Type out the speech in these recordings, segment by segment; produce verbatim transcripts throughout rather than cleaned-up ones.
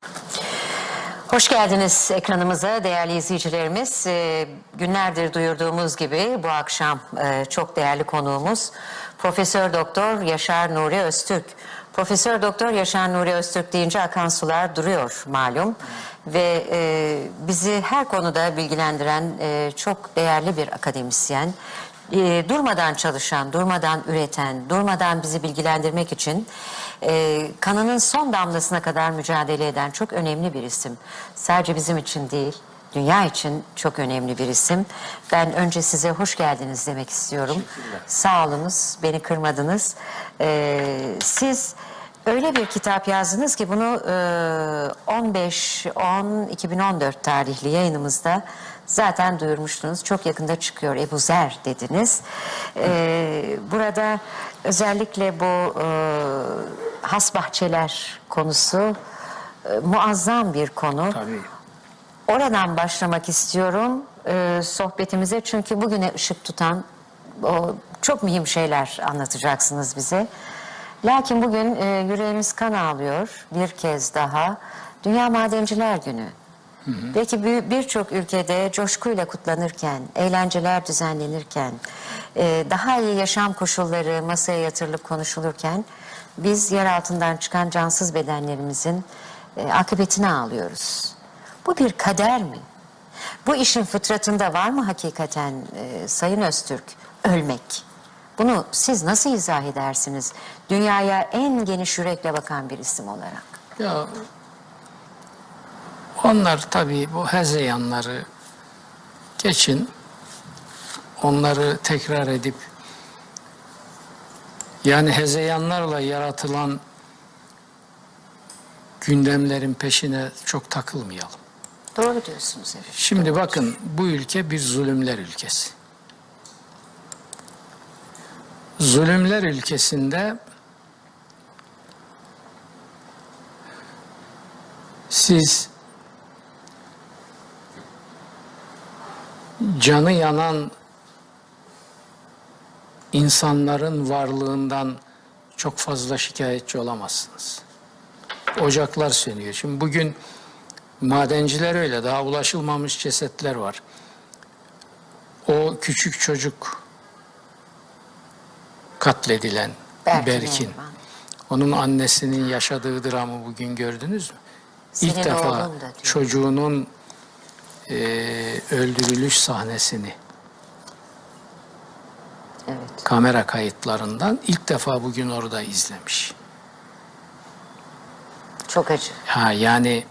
Hoş geldiniz ekranımıza değerli izleyicilerimiz. Ee, günlerdir duyurduğumuz gibi bu akşam e, çok değerli konuğumuz Profesör Doktor Yaşar Nuri Öztürk. Profesör Doktor Yaşar Nuri Öztürk deyince akan sular duruyor malum ve e, bizi her konuda bilgilendiren e, çok değerli bir akademisyen. E, durmadan çalışan, durmadan üreten, durmadan bizi bilgilendirmek için e, kanının son damlasına kadar mücadele eden çok önemli bir isim. Sadece bizim için değil, dünya için çok önemli bir isim. Ben önce size hoş geldiniz demek istiyorum. Sağ olunuz, beni kırmadınız. E, siz öyle bir kitap yazdınız ki bunu e, on beş on iki bin on dört tarihli yayınımızda zaten duyurmuştunuz. Çok yakında çıkıyor. Ebu Zer dediniz. Ee, burada özellikle bu e, has bahçeler konusu e, muazzam bir konu. Tabii. Oradan başlamak istiyorum e, sohbetimize. Çünkü bugüne ışık tutan o çok mühim şeyler anlatacaksınız bize. Lakin bugün e, yüreğimiz kan ağlıyor bir kez daha. Dünya Madenciler Günü. Hı hı. Belki birçok ülkede coşkuyla kutlanırken, eğlenceler düzenlenirken, e, daha iyi yaşam koşulları masaya yatırılıp konuşulurken biz yer altından çıkan cansız bedenlerimizin e, akıbetini ağlıyoruz. Bu bir kader mi? Bu işin fıtratında var mı hakikaten e, Sayın Öztürk ölmek? Bunu siz nasıl izah edersiniz? Dünyaya en geniş yürekle bakan bir isim olarak. Ya onlar tabii bu hezeyanları geçin, onları tekrar edip yani hezeyanlarla yaratılan gündemlerin peşine çok takılmayalım. Doğru diyorsunuz evet. Şimdi Doğru bakın diyorsunuz. bu ülke bir zulümler ülkesi. Zulümler ülkesinde siz canı yanan insanların varlığından çok fazla şikayetçi olamazsınız. Ocaklar sönüyor. Şimdi bugün madenciler öyle, daha ulaşılmamış cesetler var. O küçük çocuk katledilen Berkin, Berkin. Elvan. Onun annesinin yaşadığı dramı bugün gördünüz mü? Senin İlk defa oğlun da diyor. çocuğunun e, öldürülüş sahnesini Evet. kamera kayıtlarından ilk defa bugün orada izlemiş. Çok acı. Ha yani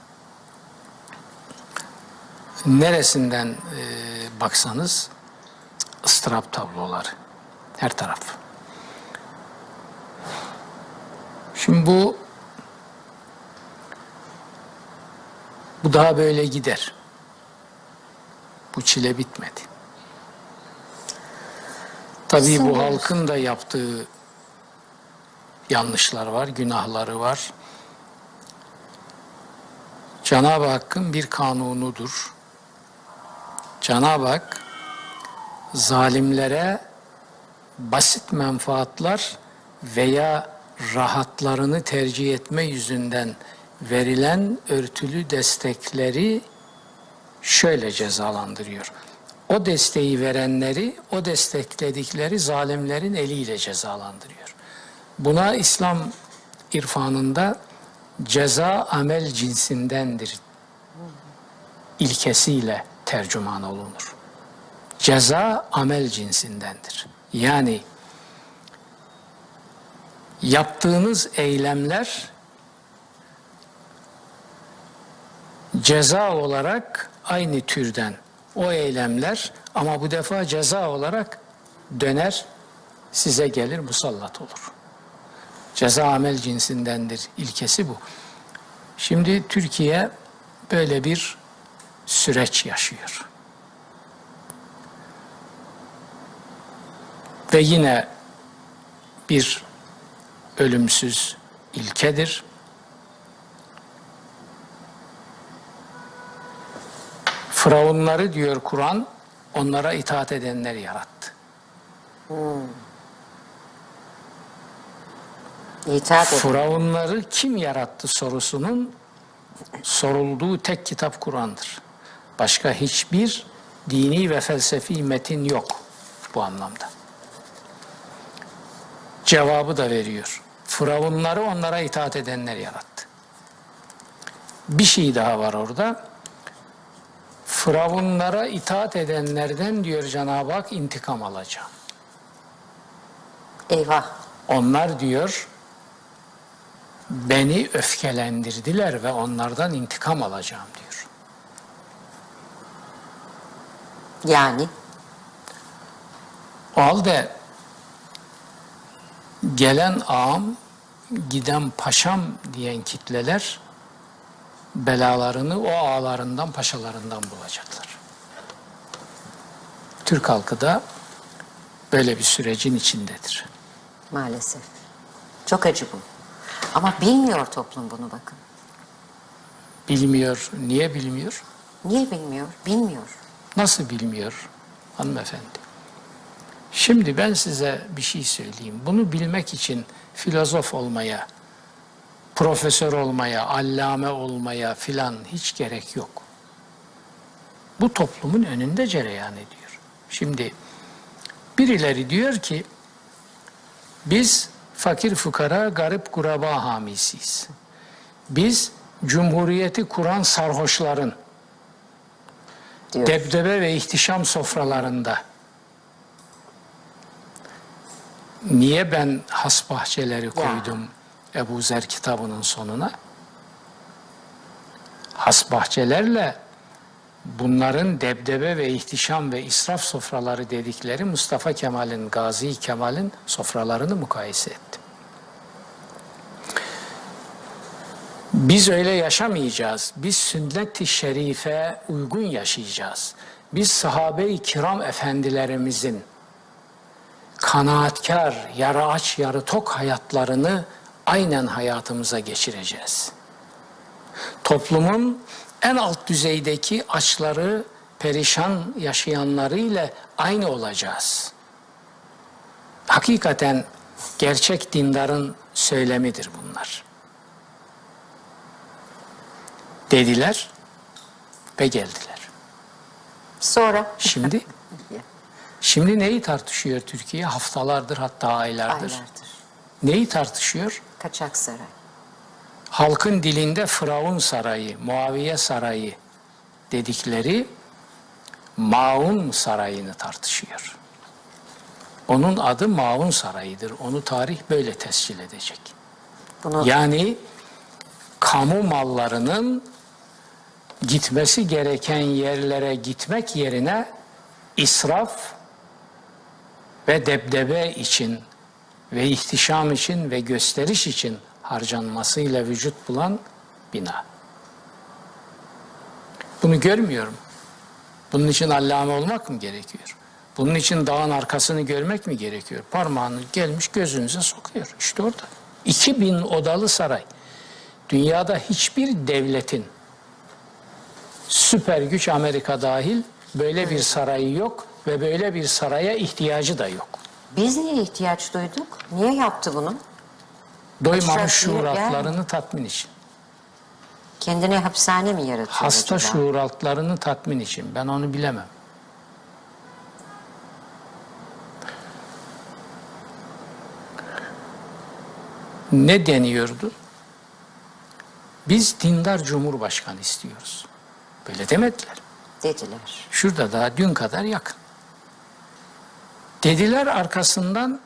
neresinden e, baksanız ıstırap tabloları her taraf. Şimdi bu bu daha böyle gider. Bu çile bitmedi. Tabii bu halkın da yaptığı yanlışlar var, günahları var. Cenab-ı Hakk'ın bir kanunudur. Cenab-ı Hak zalimlere basit menfaatlar veya rahatlarını tercih etme yüzünden verilen örtülü destekleri şöyle cezalandırıyor. O desteği verenleri, o destekledikleri zalimlerin eliyle cezalandırıyor. Buna İslam irfanında ceza amel cinsindendir ilkesiyle tercüman olunur. Ceza amel cinsindendir. Yani yaptığınız eylemler ceza olarak aynı türden o eylemler ama bu defa ceza olarak döner size gelir musallat olur. Ceza amel cinsindendir ilkesi bu. Şimdi Türkiye böyle bir süreç yaşıyor. Ve yine bir ölümsüz ilkedir. Firavunları diyor Kur'an, onlara itaat edenleri yarattı. Hmm. İtaat edin. Firavunları kim yarattı sorusunun sorulduğu tek kitap Kur'an'dır. Başka hiçbir dini ve felsefi metin yok bu anlamda. Cevabı da veriyor. Firavunları onlara itaat edenler yarattı. Bir şey daha var orada. Firavunlara itaat edenlerden diyor Cenab-ı Hak intikam alacağım. Eyvah. Onlar diyor beni öfkelendirdiler ve onlardan intikam alacağım diyor. Yani O halde gelen ağam, giden paşam diyen kitleler belalarını o ağalarından, paşalarından bulacaklar. Türk halkı da böyle bir sürecin içindedir. maalesef. Çok acı bu. Ama bilmiyor toplum bunu, bakın. Bilmiyor. Niye bilmiyor? Niye bilmiyor? Bilmiyor. Nasıl bilmiyor hanımefendi? Şimdi ben size bir şey söyleyeyim. Bunu bilmek için filozof olmaya, profesör olmaya, allame olmaya filan hiç gerek yok. Bu toplumun önünde cereyan ediyor. Şimdi birileri diyor ki biz fakir fukara, garip kuraba hamisiyiz. Biz cumhuriyeti kuran sarhoşların Diyor. debdebe ve ihtişam sofralarında niye ben has bahçeleri koydum ya. Ebu Zer kitabının sonuna? Has bahçelerle bunların debdebe ve ihtişam ve israf sofraları dedikleri Mustafa Kemal'in, Gazi Kemal'in sofralarını mukayese ettim. Biz öyle yaşamayacağız. Biz sünnet-i şerife uygun yaşayacağız. Biz sahabe-i kiram efendilerimizin kanaatkar, yarı aç, yarı tok hayatlarını aynen hayatımıza geçireceğiz. Toplumun en alt düzeydeki açları, perişan yaşayanları ile aynı olacağız. Hakikaten gerçek dindarın söylemidir bunlar. Dediler ve geldiler. Sonra? Şimdi şimdi neyi tartışıyor Türkiye? Haftalardır, hatta aylardır. Aylardır. Neyi tartışıyor? Kaçak saray. Halkın dilinde Firavun Sarayı, Muaviye Sarayı dedikleri Maun Sarayı'nı tartışıyor. Onun adı Maun Sarayı'dır. Onu tarih böyle tescil edecek. Bunu Yani kamu mallarının gitmesi gereken yerlere gitmek yerine israf ve debdebe için ve ihtişam için ve gösteriş için harcanmasıyla vücut bulan bina. Bunu görmüyorum. Bunun için allame olmak mı gerekiyor? Bunun için dağın arkasını görmek mi gerekiyor? Parmağını gelmiş gözünüze sokuyor. İşte orada. iki bin odalı saray. Dünyada hiçbir devletin, süper güç Amerika dahil, böyle bir sarayı yok ve böyle bir saraya ihtiyacı da yok. biz niye ihtiyaç duyduk? Niye yaptı bunu? Doymamış Şurası şuur yani. altlarını tatmin için. Kendine hapishane mi yaratıyor Hasta acaba? şuur altlarını tatmin için. Ben onu bilemem. Ne deniyordu? Biz dindar cumhurbaşkanı istiyoruz. Böyle demediler. Dediler. Şurada daha dün kadar yakın. Dediler, arkasından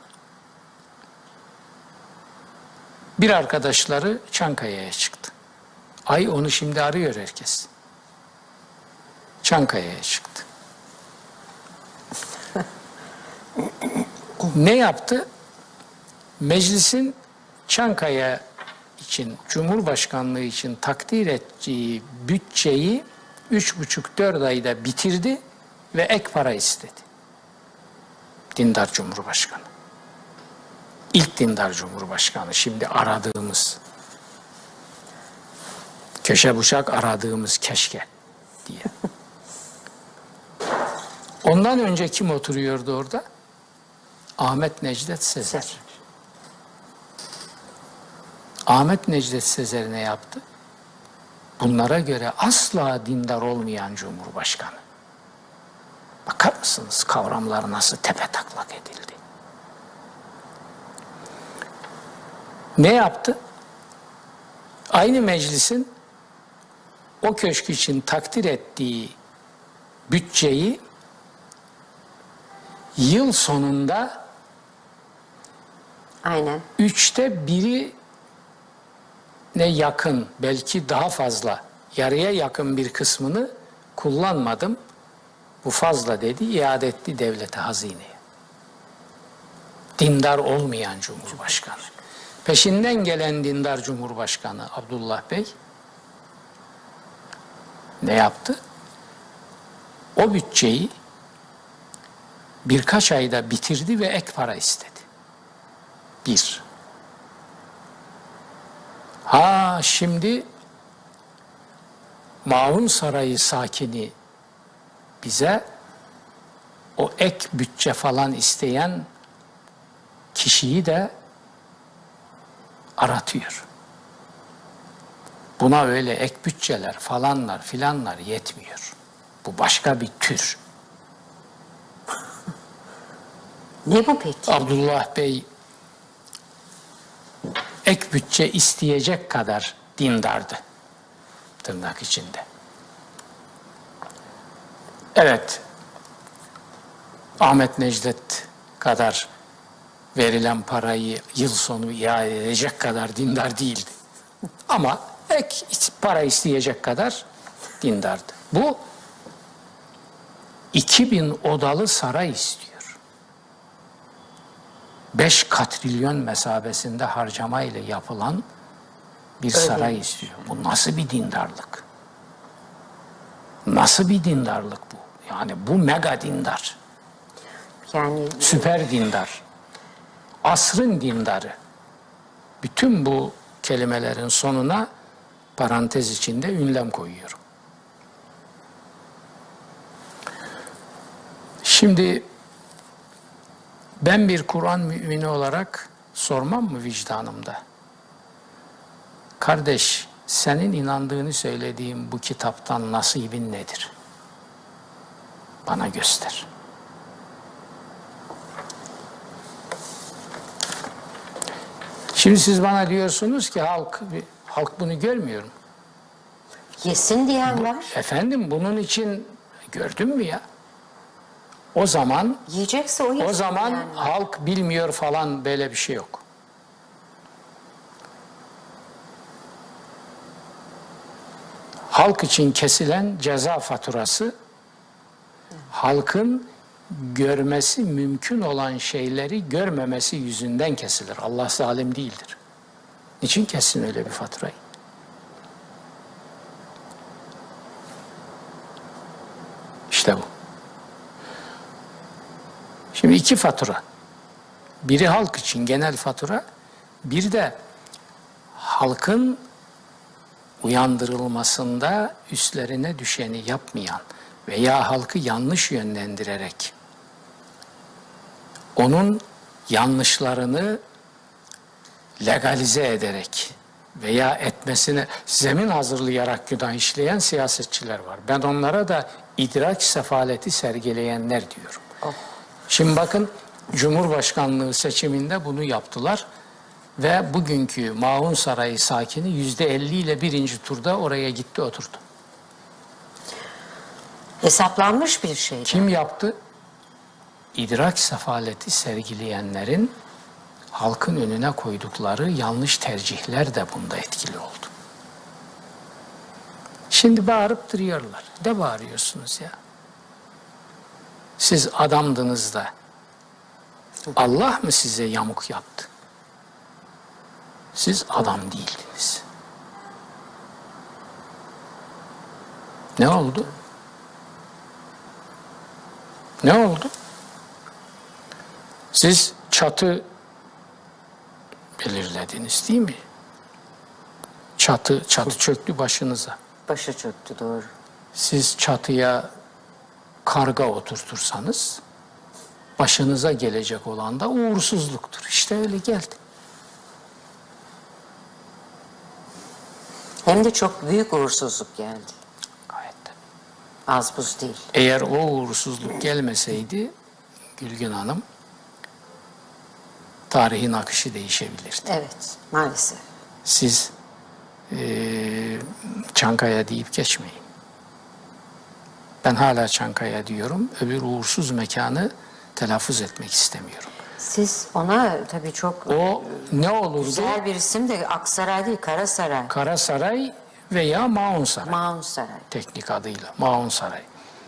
bir arkadaşları Çankaya'ya çıktı. Ay onu şimdi arıyor herkes. Çankaya'ya çıktı. Ne yaptı? Meclisin Çankaya için, Cumhurbaşkanlığı için takdir ettiği bütçeyi üç buçuk dört ayda bitirdi ve ek para istedi. Dindar Cumhurbaşkanı. İlk dindar Cumhurbaşkanı, şimdi aradığımız, köşe bucak aradığımız keşke diye. Ondan önce kim oturuyordu orada? Ahmet Necdet Sezer. Sezer. Ahmet Necdet Sezer ne yaptı? bunlara göre asla dindar olmayan Cumhurbaşkanı. Bakar mısınız kavramlar nasıl tepetaklak edildi? Ne yaptı? Aynı meclisin o köşk için takdir ettiği bütçeyi yıl sonunda Aynen. üçte biri ne yakın, belki daha fazla, yarıya yakın bir kısmını kullanmadım. Bu fazla dedi, iade etti devlete, hazineye. Dindar olmayan Cumhurbaşkanı. Peşinden gelen dindar Cumhurbaşkanı Abdullah Bey ne yaptı? O bütçeyi birkaç ayda bitirdi ve ek para istedi. Bir. Ha şimdi Maun Sarayı sakini bize o ek bütçe falan isteyen kişiyi de aratıyor. Buna öyle ek bütçeler falanlar filanlar yetmiyor. Bu başka bir tür. Ne bu peki? Abdullah Bey ek bütçe isteyecek kadar dindardı. Tırnak içinde. Evet, Ahmet Necdet kadar verilen parayı yıl sonu iade edecek kadar dindar değildi. Ama ek para isteyecek kadar dindardı. Bu iki bin odalı saray istiyor. beş katrilyon mesabesinde harcama ile yapılan bir Öyle. saray istiyor. Bu nasıl bir dindarlık? Nasıl bir dindarlık bu? Yani bu mega dindar. Yani Süper dindar. Asrın dindarı. Bütün bu kelimelerin sonuna parantez içinde ünlem koyuyorum. Şimdi ben bir Kur'an mümini olarak sormam mı vicdanımda? Kardeş, senin inandığını söylediğim bu kitaptan nasibin nedir? Bana göster. Şimdi siz bana diyorsunuz ki halk, halk bunu görmüyor mu? yesin diyen var. Efendim bunun için gördün mü ya? O zaman Yiyecekse o yesin o zaman diyen var. halk bilmiyor falan, böyle bir şey yok. Halk için kesilen ceza faturası halkın görmesi mümkün olan şeyleri görmemesi yüzünden kesilir. Allah zalim değildir. Niçin kessin öyle bir faturayı? İşte bu. Şimdi iki fatura. Biri halk için genel fatura, bir de halkın uyandırılmasında üstlerine düşeni yapmayan veya halkı yanlış yönlendirerek onun yanlışlarını legalize ederek veya etmesine zemin hazırlayarak günah işleyen siyasetçiler var. Ben onlara da idrak sefaleti sergileyenler diyorum. Oh. Şimdi bakın, Cumhurbaşkanlığı seçiminde bunu yaptılar ve bugünkü Maun Sarayı sakini yüzde elli ile birinci turda oraya gitti, oturdu. Hesaplanmış bir şey. Kim yaptı? İdrak sefaleti sergileyenlerin halkın önüne koydukları yanlış tercihler de bunda etkili oldu. Şimdi bağırıp duruyorlar. Ne bağırıyorsunuz ya? Siz adamdınız da Allah mı size yamuk yaptı? Siz adam değildiniz. Ne oldu? Ne oldu? Siz çatı belirlediniz değil mi? Çatı, çatı çöktü başınıza. Başı çöktü, doğru. Siz çatıya karga oturtursanız başınıza gelecek olan da uğursuzluktur. İşte öyle geldi. Hem de çok büyük uğursuzluk geldi. Gayet. Az buz değil. Eğer o uğursuzluk gelmeseydi Gülgün Hanım, tarihin akışı değişebilirdi. Evet, maalesef. Siz e, Çankaya deyip geçmeyin. Ben hala Çankaya diyorum. Öbür uğursuz mekanı telaffuz etmek istemiyorum. Siz ona tabii çok O ne olurdu? güzel bir isim de Aksaray değil, Karasaray. Karasaray veya Maunsaray. Maunsaray. Teknik adıyla Maunsaray.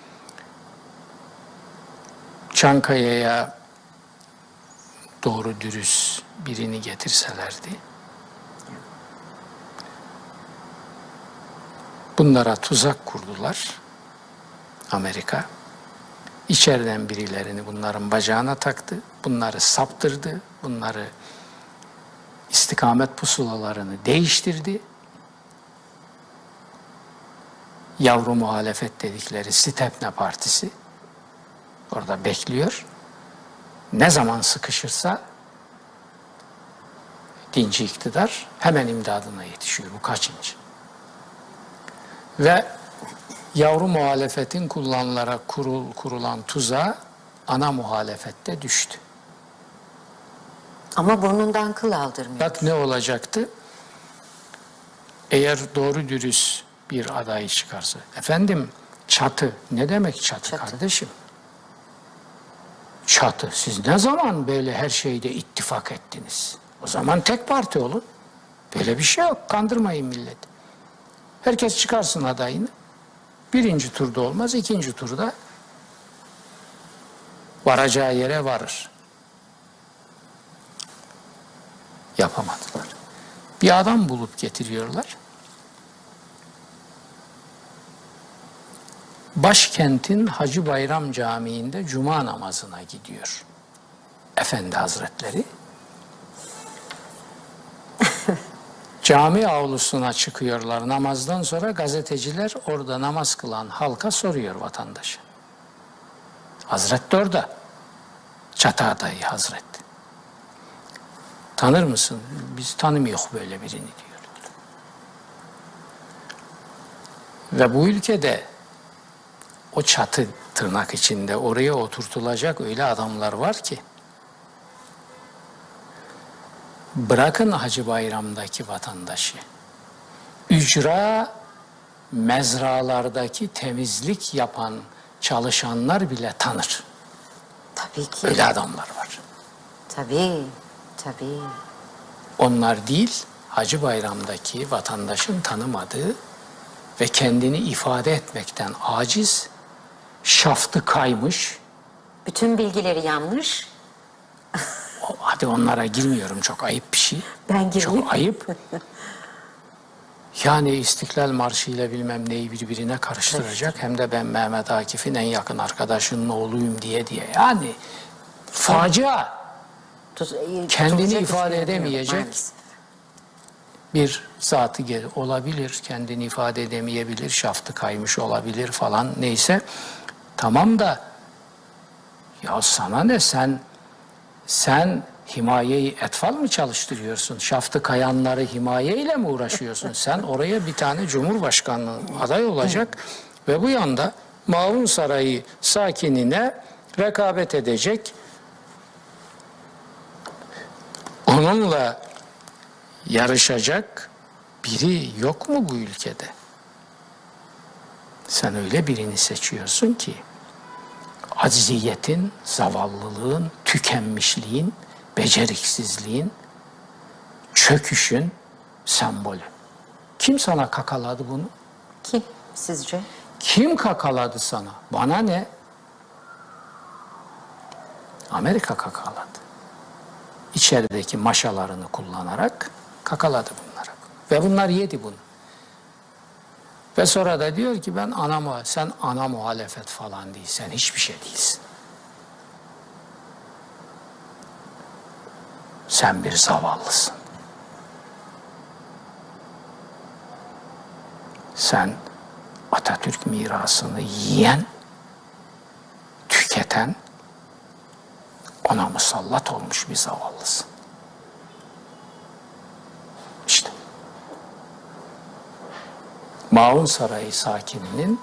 Çankaya'ya doğru dürüst birini getirselerdi, bunlara tuzak kurdular Amerika. İçeriden birilerini bunların bacağına taktı, bunları saptırdı, bunları istikamet pusulalarını değiştirdi. Yavru muhalefet dedikleri Stepne Partisi orada bekliyor. Ne zaman sıkışırsa dinci iktidar hemen imdadına yetişiyor. Bu kaçıncı? Ve yavru muhalefetin kullanılarak kurul, kurulan tuzağa ana muhalefette düştü. Ama burnundan kıl aldırmıyor. Bak ne olacaktı? Eğer doğru dürüst bir aday çıkarsa. Efendim çatı. Ne demek çatı, Çatı. kardeşim? Çatı. Siz ne zaman böyle her şeyde ittifak ettiniz? O zaman tek parti olun. Böyle bir şey yok. Kandırmayın milleti. Herkes çıkarsın adayını. Birinci turda olmaz, ikinci turda varacağı yere varır. Yapamadılar. Bir adam bulup getiriyorlar. Başkentin Hacı Bayram Camii'nde cuma namazına gidiyor Efendi Hazretleri. Cami avlusuna çıkıyorlar namazdan sonra, gazeteciler orada namaz kılan halka soruyor vatandaşa. Hazret de orada. Çatı adayı Hazret. Tanır mısın? Biz tanımıyoruz böyle birini diyor. Ve bu ülkede o çatı tırnak içinde oraya oturtulacak öyle adamlar var ki, bırakın Hacı Bayram'daki vatandaşı, ücra mezralardaki temizlik yapan çalışanlar bile tanır. Tabii ki. Öyle adamlar var. Tabii, tabii. Onlar değil, Hacı Bayram'daki vatandaşın tanımadığı ve kendini ifade etmekten aciz, şaftı kaymış. Bütün bilgileri yanlış. Hadi onlara girmiyorum, çok ayıp bir şey. Ben gireyim. Çok ayıp. Yani İstiklal Marşı ile bilmem neyi birbirine karıştıracak. Hem de ben Mehmet Akif'in en yakın arkadaşının oğluyum diye diye. Yani facia. Tuz, e, Kendini tutulacak ifade hiçbir yer yok edemeyecek. maalesef. Bir zatı gel olabilir, kendini ifade edemeyebilir, şaftı kaymış olabilir falan, neyse. Tamam da ya sana ne, sen sen himayeyi etfal mı çalıştırıyorsun? Şaftı kayanları himayeyle mi uğraşıyorsun? Sen oraya bir tane Cumhurbaşkanlığı aday olacak ve bu yanda Maun Sarayı sakinine rekabet edecek, onunla yarışacak biri yok mu bu ülkede? Sen öyle birini seçiyorsun ki acziyetin, zavallılığın, tükenmişliğin, beceriksizliğin, çöküşün sembolü. Kim sana kakaladı bunu? Kim sizce? Kim kakaladı sana? Bana ne? Amerika kakaladı. İçerideki maşalarını kullanarak kakaladı bunları. Ve bunlar yedi bunu. Ve sonra da diyor ki ben ana muhalefet, sen ana muhalefet falan değil, sen hiçbir şey değilsin. Sen bir zavallısın. Sen Atatürk mirasını yiyen, tüketen, ona musallat olmuş bir zavallısın. İşte. Maun Sarayı sakininin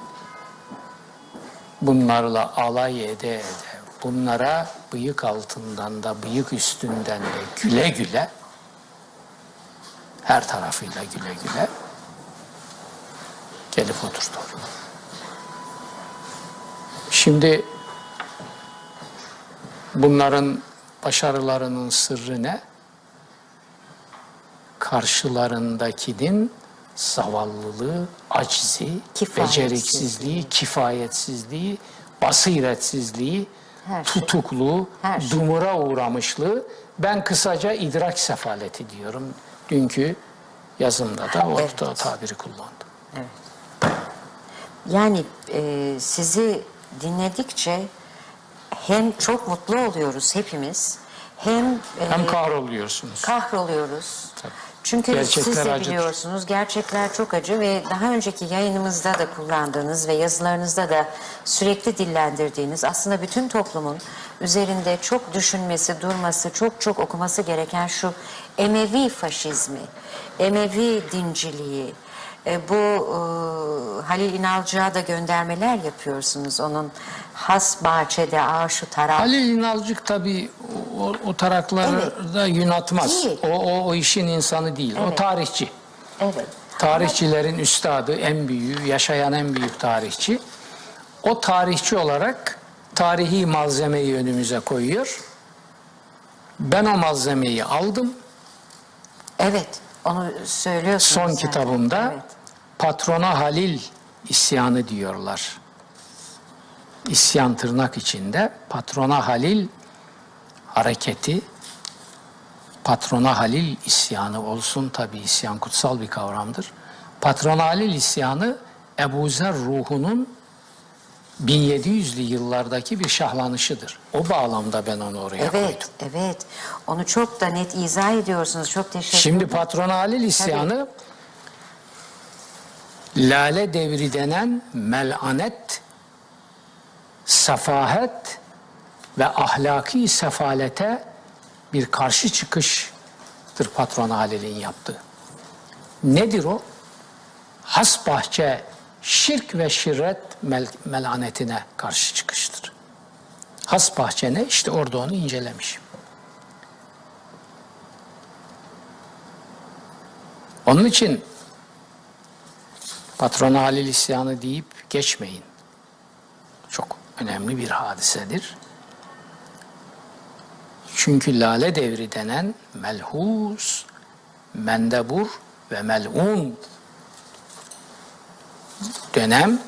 bunlarla alay ede ede, bunlara bıyık altından da bıyık üstünden de güle güle, her tarafıyla güle güle gelip oturdu. Şimdi bunların başarılarının sırrı ne? Karşılarındakinin zavallılığı, acizi, beceriksizliği, kifayetsizliği, basiretsizliği, Her şey. tutukluğu, Her şey. dumura uğramışlığı. Ben kısaca idrak sefaleti diyorum. Dünkü yazımda da o Evet. tabiri kullandım. Evet. Yani e, sizi dinledikçe hem çok mutlu oluyoruz hepimiz, hem, e, Hem kahroluyorsunuz. kahroluyoruz. Tabii. Çünkü Gerçekler siz de acıdır. biliyorsunuz, gerçekler çok acı ve daha önceki yayınımızda da kullandığınız ve yazılarınızda da sürekli dillendirdiğiniz, aslında bütün toplumun üzerinde çok düşünmesi, durması, çok çok okuması gereken şu Emevi faşizmi, Emevi dinciliği, e, bu e, Halil İnalcık'a da göndermeler yapıyorsunuz. Onun has bahçede aşu taraf. Halil İnalcık tabii o, o tarakları Evet. da yunatmaz. Değil. O, o, o işin insanı değil. O Evet. tarihçi. Evet. Tarihçilerin üstadı, en büyüğü, yaşayan en büyük tarihçi. O tarihçi olarak tarihi malzemeyi önümüze koyuyor. Ben o malzemeyi aldım. Evet, onu söylüyorsunuz. Son zaten. kitabımda Evet. Patrona Halil isyanı diyorlar. İsyan tırnak içinde. Patrona Halil hareketi, Patrona Halil isyanı olsun, tabi isyan kutsal bir kavramdır. Patrona Halil isyanı Ebu Zer ruhunun bin yedi yüzlü yıllardaki bir şahlanışıdır. O bağlamda ben onu oraya koydum. Evet, evet. Onu çok da net izah ediyorsunuz. Çok teşekkür ederim. Şimdi Patrona Halil isyanı Lale devri denen melanet, sefahet ve ahlaki sefalete bir karşı çıkıştır Patrona Halil'in yaptığı. Nedir o? Hasbahçe şirk ve şirret mel melanetine karşı çıkıştır. Hasbahçe ne? İşte orada onu incelemişim. Onun için Patrona Halil isyanı deyip geçmeyin. Çok önemli bir hadisedir. Çünkü Lale devri denen melhus, mendebur ve mel'un dönem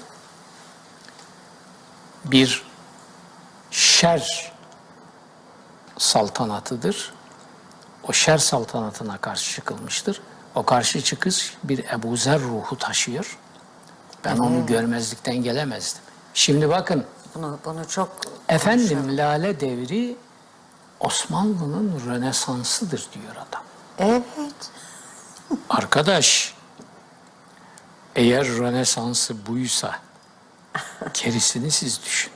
bir şer saltanatıdır. O şer saltanatına karşı çıkılmıştır. O karşı çıkış bir Ebu Zer ruhu taşıyor. Ben onu hmm. görmezlikten gelemezdim. Şimdi bakın. Bunu, bunu çok efendim konuşalım. Lale devri Osmanlı'nın Rönesansı'dır diyor adam. Evet. Arkadaş, eğer Rönesansı buysa gerisini siz düşünün.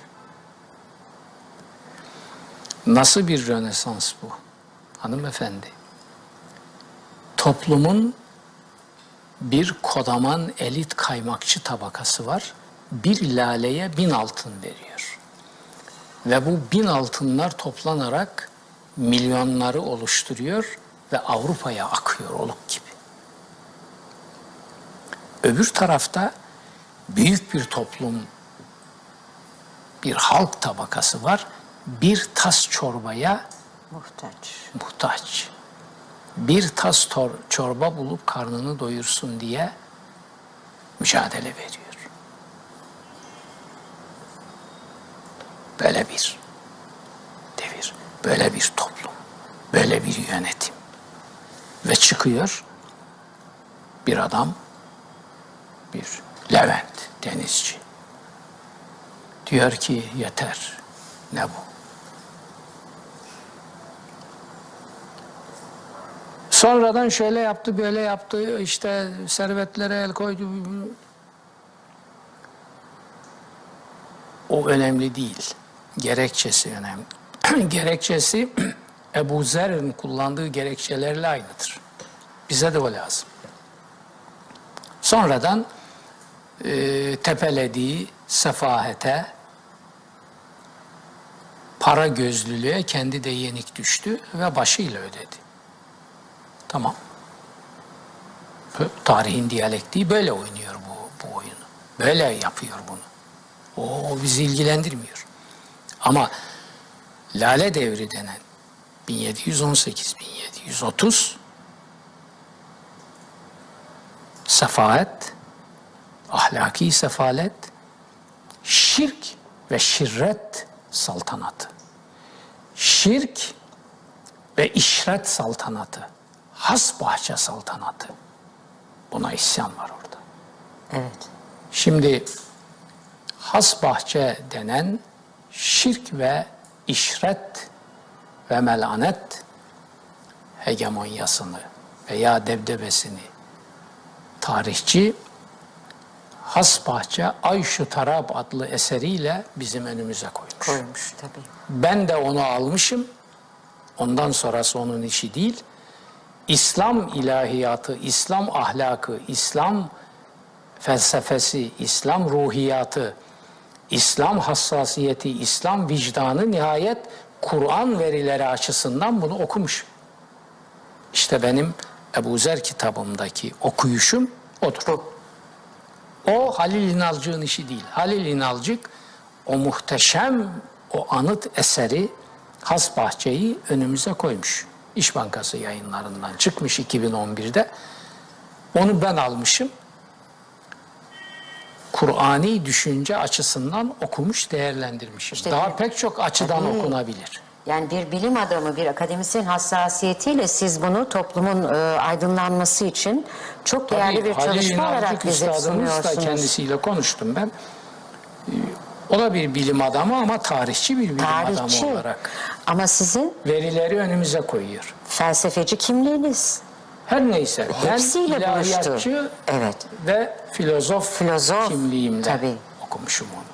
Nasıl bir Rönesans bu hanımefendi? Toplumun bir kodaman elit kaymakçı tabakası var. Bir laleye bin altın veriyor. Ve bu bin altınlar toplanarak milyonları oluşturuyor ve Avrupa'ya akıyor oluk gibi. Öbür tarafta büyük bir toplum, bir halk tabakası var. Bir tas çorbaya muhtaç. muhtaç. Bir tas çorba bulup karnını doyursun diye mücadele veriyor. Böyle bir devir, böyle bir toplum, böyle bir yönetim. Ve çıkıyor bir adam, bir Levent Denizci. Diyor ki yeter. Ne bu? Sonradan şöyle yaptı, böyle yaptı, işte servetlere el koydu. O önemli değil. Gerekçesi önemli. Gerekçesi Ebu Zer'in kullandığı gerekçelerle aynıdır. Bize de o lazım. Sonradan e, tepelediği sefahete, para gözlülüğe kendi de yenik düştü ve başıyla ödedi. Tamam. Tarihin diyalektiği böyle oynuyor bu, bu oyunu. Böyle yapıyor bunu. O bizi ilgilendirmiyor. Ama Lale Devri denen bin yedi yüz on sekiz bin yedi yüz otuz sefalet, ahlaki sefalet, şirk ve şirret saltanatı. Şirk ve işret saltanatı. Hasbahçe saltanatı. Buna isyan var orada. Evet. Şimdi hasbahçe denen şirk ve işret ve melanet hegemonyasını veya debdebesini tarihçi Hasbahçe Ayşu Tarab adlı eseriyle bizim önümüze koymuş. Koymuş tabii. Ben de onu almışım. Ondan sonrası onun işi değil. İslam ilahiyatı, İslam ahlakı, İslam felsefesi, İslam ruhiyatı, İslam hassasiyeti, İslam vicdanı nihayet Kur'an verileri açısından bunu okumuş. İşte benim Ebu Zer kitabımdaki okuyuşum odur. Bu. O Halil İnalcık'ın işi değil. Halil İnalcık o muhteşem, o anıt eseri Hasbahçe'yi önümüze koymuş. İş Bankası yayınlarından çıkmış iki bin on birde. Onu ben almışım. Kur'ani düşünce açısından okumuş, değerlendirmişim. İşte Daha bir- pek çok açıdan Tabii. okunabilir. Yani bir bilim adamı, bir akademisyen hassasiyetiyle siz bunu toplumun e, aydınlanması için çok değerli Tabii, bir Halil çalışma olarak İnalcık bize üstadımız da sunuyorsunuz. kendisiyle konuştum ben. Ee, O da bir bilim adamı ama tarihçi bir bilim Tarihçi. adamı olarak Ama sizin verileri önümüze koyuyor. felsefeci kimliğiniz Her neyse ben hepsiyle ilahiyatçı buluştu. Evet. ve filozof, Filozof, kimliğimle tabii. okumuşum onu.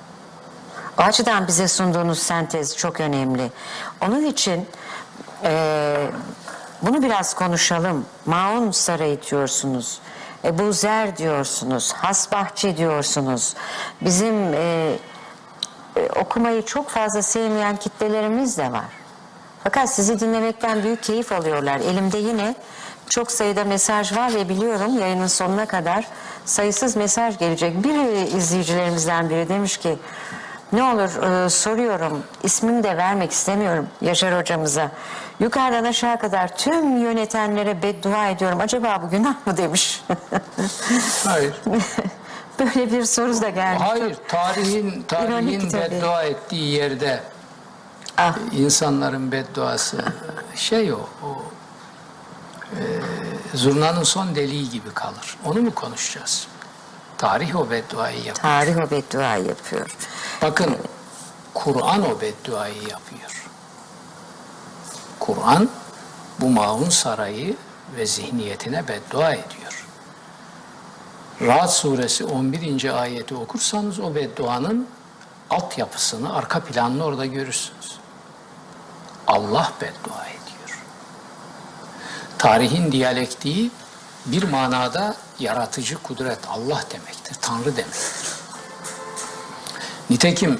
O açıdan bize sunduğunuz sentez çok önemli. Onun için e, bunu biraz konuşalım. Maun Sarayı diyorsunuz. Ebu Zer diyorsunuz. Hasbahçe diyorsunuz. Bizim e, e, okumayı çok fazla sevmeyen kitlelerimiz de var. Fakat sizi dinlemekten büyük keyif alıyorlar. Elimde yine çok sayıda mesaj var ve biliyorum yayının sonuna kadar sayısız mesaj gelecek. Bir izleyicilerimizden biri demiş ki ne olur e, soruyorum, ismini de vermek istemiyorum Yaşar hocamıza. Yukarıdan aşağı kadar tüm yönetenlere beddua ediyorum. Acaba bu günah mı demiş. Hayır. Böyle bir soru da gelmiş. Hayır, tarihin tarihin İronik tabii. beddua ettiği yerde Ah. insanların bedduası şey o, o e, zurnanın son deliği gibi kalır. Onu mu konuşacağız? Tarih o bedduayı yapıyor. Tarih o bedduayı yapıyor. Bakın, Kur'an o bedduayı yapıyor. Kur'an bu Maun Sarayı ve zihniyetine beddua ediyor. Ra'd suresi on birinci ayeti okursanız o bedduanın altyapısını, arka planını orada görürsünüz. Allah beddua ediyor. Tarihin diyalektiği bir manada yaratıcı kudret, Allah demektir, Tanrı demektir. Nitekim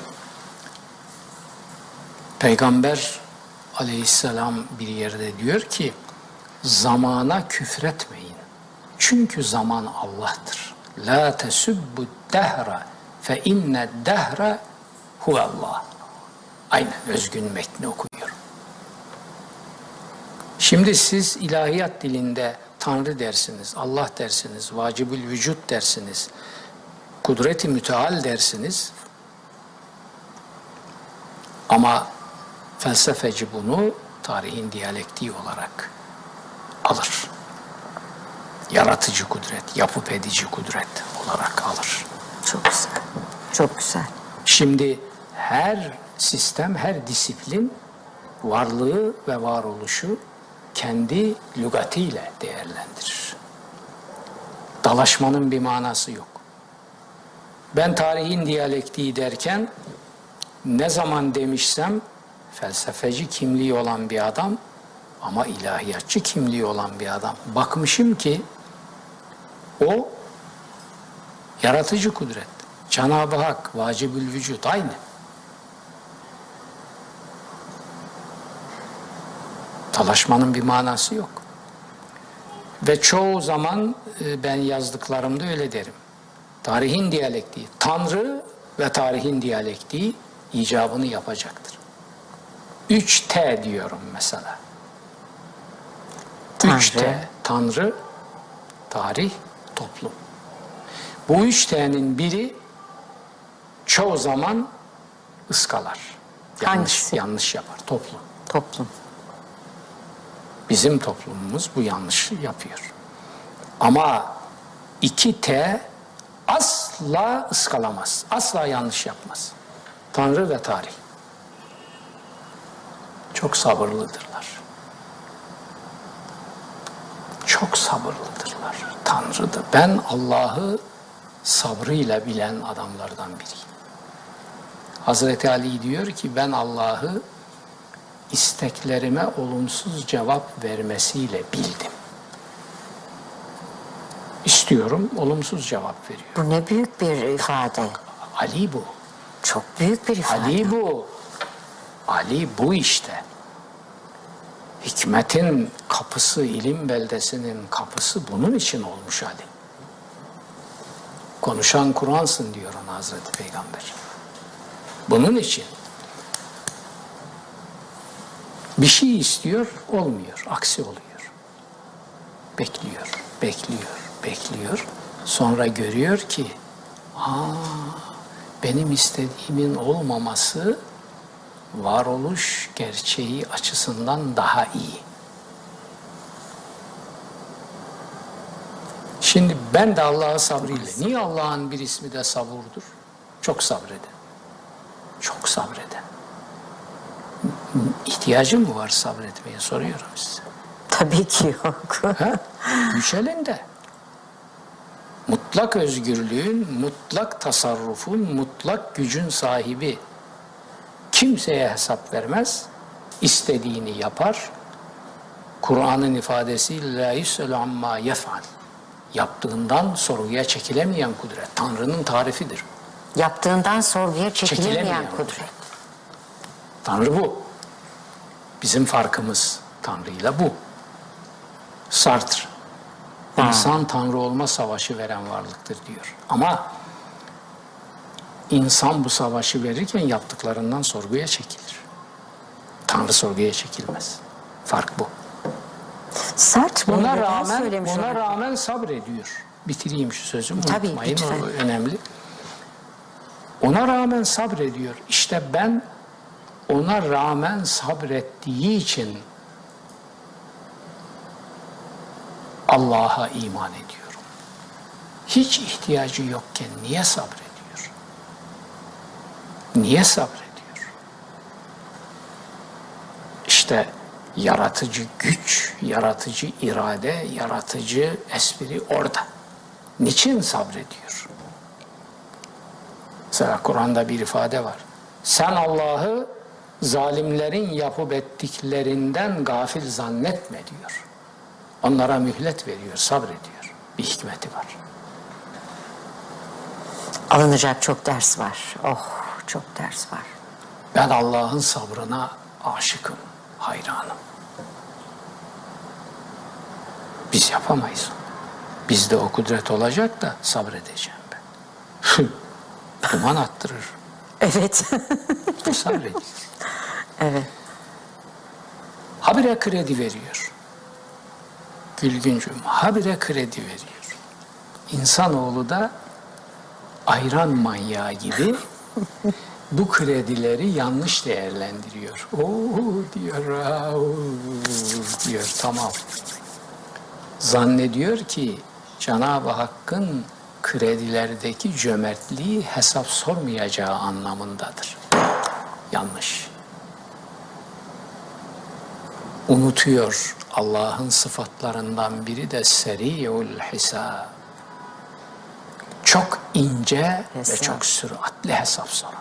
Peygamber aleyhisselam bir yerde diyor ki zamana küfretmeyin. Çünkü zaman Allah'tır. La tesubbu dehra fe inne dehra huvallah. Aynen özgün metni okuyorum. Şimdi siz ilahiyat dilinde Tanrı dersiniz, Allah dersiniz, vacibül vücut dersiniz, kudret-i müteal dersiniz. Ama felsefeci bunu tarihin diyalektiği olarak alır. Yaratıcı kudret, yapıp edici kudret olarak alır. Çok güzel. Çok güzel. Şimdi her sistem, her disiplin varlığı ve varoluşu kendi lügatiyle değerlendirir. Dalaşmanın bir manası yok. Ben tarihin diyalektiği derken ne zaman demişsem felsefeci kimliği olan bir adam ama ilahiyatçı kimliği olan bir adam. Bakmışım ki o Yaratıcı kudret. Cenab-ı Hak, vacibül vücut aynı. Talaşmanın bir manası yok. Ve çoğu zaman ben yazdıklarımda öyle derim. Tarihin diyalektiği, Tanrı ve tarihin diyalektiği icabını yapacaktır. Üç T diyorum mesela. Tanrı. Üç T, Tanrı, tarih, toplum. Bu üç T'nin biri çoğu zaman ıskalar. Yanlış, Hangisi? yanlış yapar, toplum. Toplum. Bizim toplumumuz bu yanlışı yapıyor. Ama iki T asla ıskalamaz. Asla yanlış yapmaz. Tanrı ve tarih. Çok sabırlıdırlar. Çok sabırlıdırlar. Tanrı da. Ben Allah'ı sabrıyla bilen adamlardan biriyim. Hazreti Ali diyor ki ben Allah'ı isteklerime olumsuz cevap vermesiyle bildim. İstiyorum, olumsuz cevap veriyor. Bu ne büyük bir ifade. Ali bu. Çok büyük bir ifade. Ali bu. Ali bu işte. Hikmetin kapısı, ilim beldesinin kapısı bunun için olmuş Ali. Konuşan Kur'ansın diyor ona Hazreti Peygamber. Bunun için. Bir şey istiyor, olmuyor. Aksi oluyor. Bekliyor, bekliyor, bekliyor. Sonra görüyor ki, aa, benim istediğimin olmaması varoluş gerçeği açısından daha iyi. Şimdi ben de Allah'a sabrıyla. Niye Allah'ın bir ismi de sabırdır? Çok sabreden. Çok sabreden. İhtiyacı mı var sabretmeye soruyorum size. Tabii ki yok. Ha? Güç elinde. Mutlak özgürlüğün, mutlak tasarrufun, mutlak gücün sahibi. Kimseye hesap vermez, istediğini yapar. Kur'an'ın ifadesiyle la yus'elu amma yef'al. Yaptığından sorguya çekilemeyen kudret. Tanrı'nın tarifidir. Yaptığından sorguya çekilemeyen Çekilemeyen kudret. Tanrı bu. Bizim farkımız Tanrı'yla bu. Sartre, insan Tanrı olma savaşı veren varlıktır diyor. Ama insan bu savaşı verirken yaptıklarından sorguya çekilir. Tanrı sorguya çekilmez. Fark bu. Sert bunu Buna neden rağmen, söylemiş buna olabilir? rağmen sabrediyor. Bitireyim şu sözümü, Tabii, unutmayın, lütfen. o önemli. Ona rağmen sabrediyor. İşte ben ona rağmen sabrettiği için Allah'a iman ediyorum. Hiç ihtiyacı yokken niye sabrediyor? Niye sabrediyor? İşte yaratıcı güç, yaratıcı irade, yaratıcı espri orada. Niçin sabrediyor? Mesela Kur'an'da bir ifade var. Sen Allah'ı zalimlerin yapıp ettiklerinden gafil zannetme diyor. Onlara mühlet veriyor, sabrediyor. Bir hikmeti var. Alınacak çok ders var. Oh, çok ders var. Ben Allah'ın sabrına aşıkım, hayranım. Biz yapamayız. Bizde o kudret olacak da sabredeceğim ben. Duman attırır. Evet. O sabrediyor. Evet. Habire kredi veriyor. Gülgüncüm, habire kredi veriyor. İnsanoğlu da ayran manyağı gibi bu kredileri yanlış değerlendiriyor. Oo diyor, oo diyor, tamam. Zannediyor ki Cenab-ı Hakk'ın kredilerdeki cömertliği hesap sormayacağı anlamındadır. Yanlış. Unutuyor, Allah'ın sıfatlarından biri de seri'ul hisab. Çok ince Hesap. ve çok süratli hesap soran.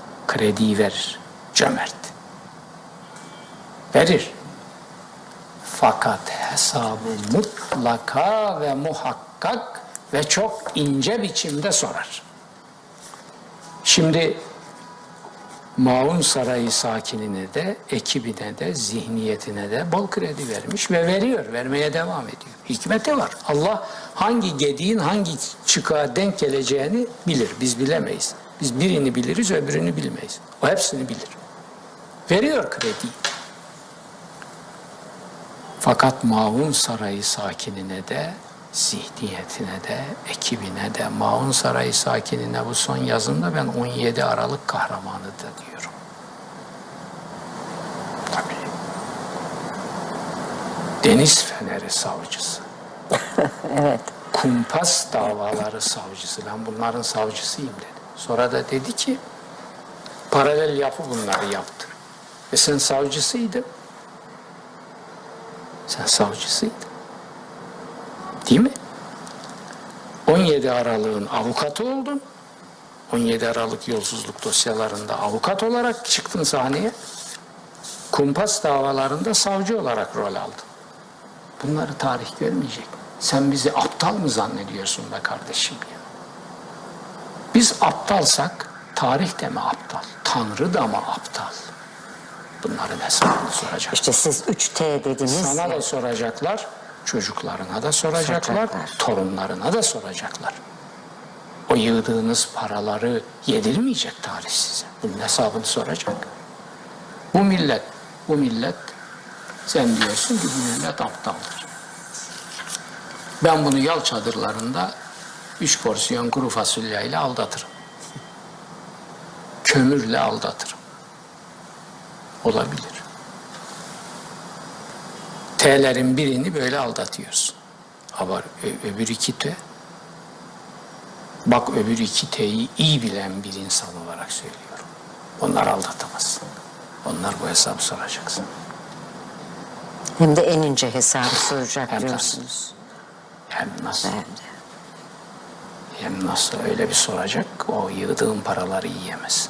Krediyi verir, cömert. Verir. Fakat hesabı mutlaka ve muhakkak ve çok ince biçimde sorar. Şimdi Maun Sarayı sakinine de, ekibine de, zihniyetine de bol kredi vermiş ve veriyor, vermeye devam ediyor. Hikmeti var. Allah hangi gediğin hangi çıkığa denk geleceğini bilir. Biz bilemeyiz. Biz birini biliriz, öbürünü bilmeyiz. O hepsini bilir. Veriyor krediyi. Fakat Maun Sarayı sakinine de, zihniyetine de, ekibine de, Maun Sarayı sakinine bu son yazımda ben on yedi Aralık kahramanıdır diyorum. Tabii. Deniz Feneri savcısı. Evet. Kumpas davaları savcısı. Ben bunların savcısıyım dedi. Sonra da dedi ki paralel yapı bunları yaptı. E sen savcısıydın. Sen savcısıydın. Değil mi? on yedi Aralık'ın avukatı oldun. on yedi Aralık yolsuzluk dosyalarında avukat olarak çıktın sahneye. Kumpas davalarında savcı olarak rol aldın. Bunları tarih görmeyecek. Sen bizi aptal mı zannediyorsun be kardeşim ya? Biz aptalsak tarih de mi aptal? Tanrı da mı aptal? Bunların hesabını soracak. İşte siz üç T dediniz. Sana da soracaklar, çocuklarına da soracaklar, Soracaklar. torunlarına da soracaklar. O yığdığınız paraları yedirmeyecek tarih size. Bunun hesabını soracak. Bu millet, bu millet, sen diyorsun ki bu millet aptaldır. Ben bunu yal çadırlarında üç porsiyon kuru fasulyeyle aldatırım. Kömürle aldatırım. Olabilir. T'lerin birini böyle aldatıyorsun. Ama öbür iki T, bak öbür iki T'yi iyi bilen bir insan olarak söylüyorum. Onlar aldatamazsın. Onlar bu hesabı soracaksın. Hem de en ince hesabı soracak Hem diyorsunuz. Hem nasıl? Hem de. Hem nasıl öyle bir soracak, o yığdığın paraları yiyemezsin.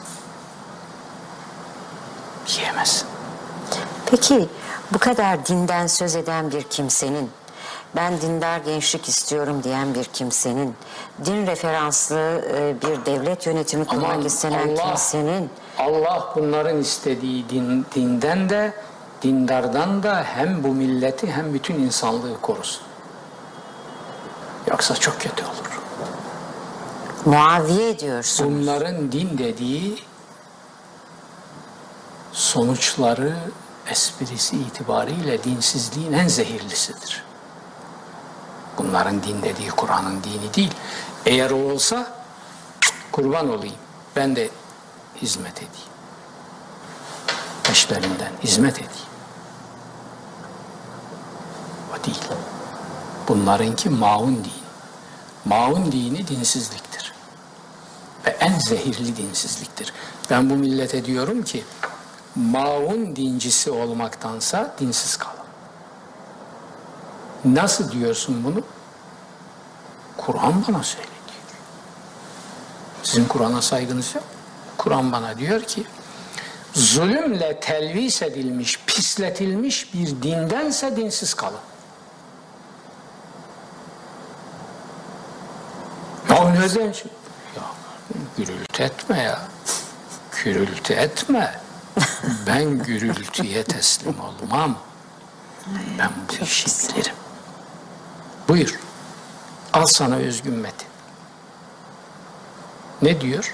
Yiyemezsin. Peki bu kadar dinden söz eden bir kimsenin, ben dindar gençlik istiyorum diyen bir kimsenin, din referanslı e, bir devlet yönetimi kurmak Aman istenen Allah, kimsenin, Allah bunların istediği din, dinden de, dindardan da hem bu milleti hem bütün insanlığı korusun. Yoksa çok kötü olur. muaviye ediyorsunuz. Bunların din dediği sonuçları, esprisi itibariyle dinsizliğin en zehirlisidir. Bunların din dediği Kur'an'ın dini değil. Eğer o olsa kurban olayım. Ben de hizmet edeyim. Peşlerinden hizmet edeyim. O değil. Bunlarınki maun dini. Maun dini dinsizliktir. Ve en zehirli dinsizliktir. Ben bu millete diyorum ki maun dincisi olmaktansa dinsiz kalın. Nasıl diyorsun bunu? Kur'an bana söyledi. Sizin Kur'an'a saygınız yok. Kur'an bana diyor ki zulümle telvis edilmiş, pisletilmiş bir dindense dinsiz kalın. Ya neden? Ya gürültü etme ya. Gürültü etme. Ben gürültüye teslim olmam. Ben bu işi bilirim. Buyur. Al sana özgün metin. Ne diyor?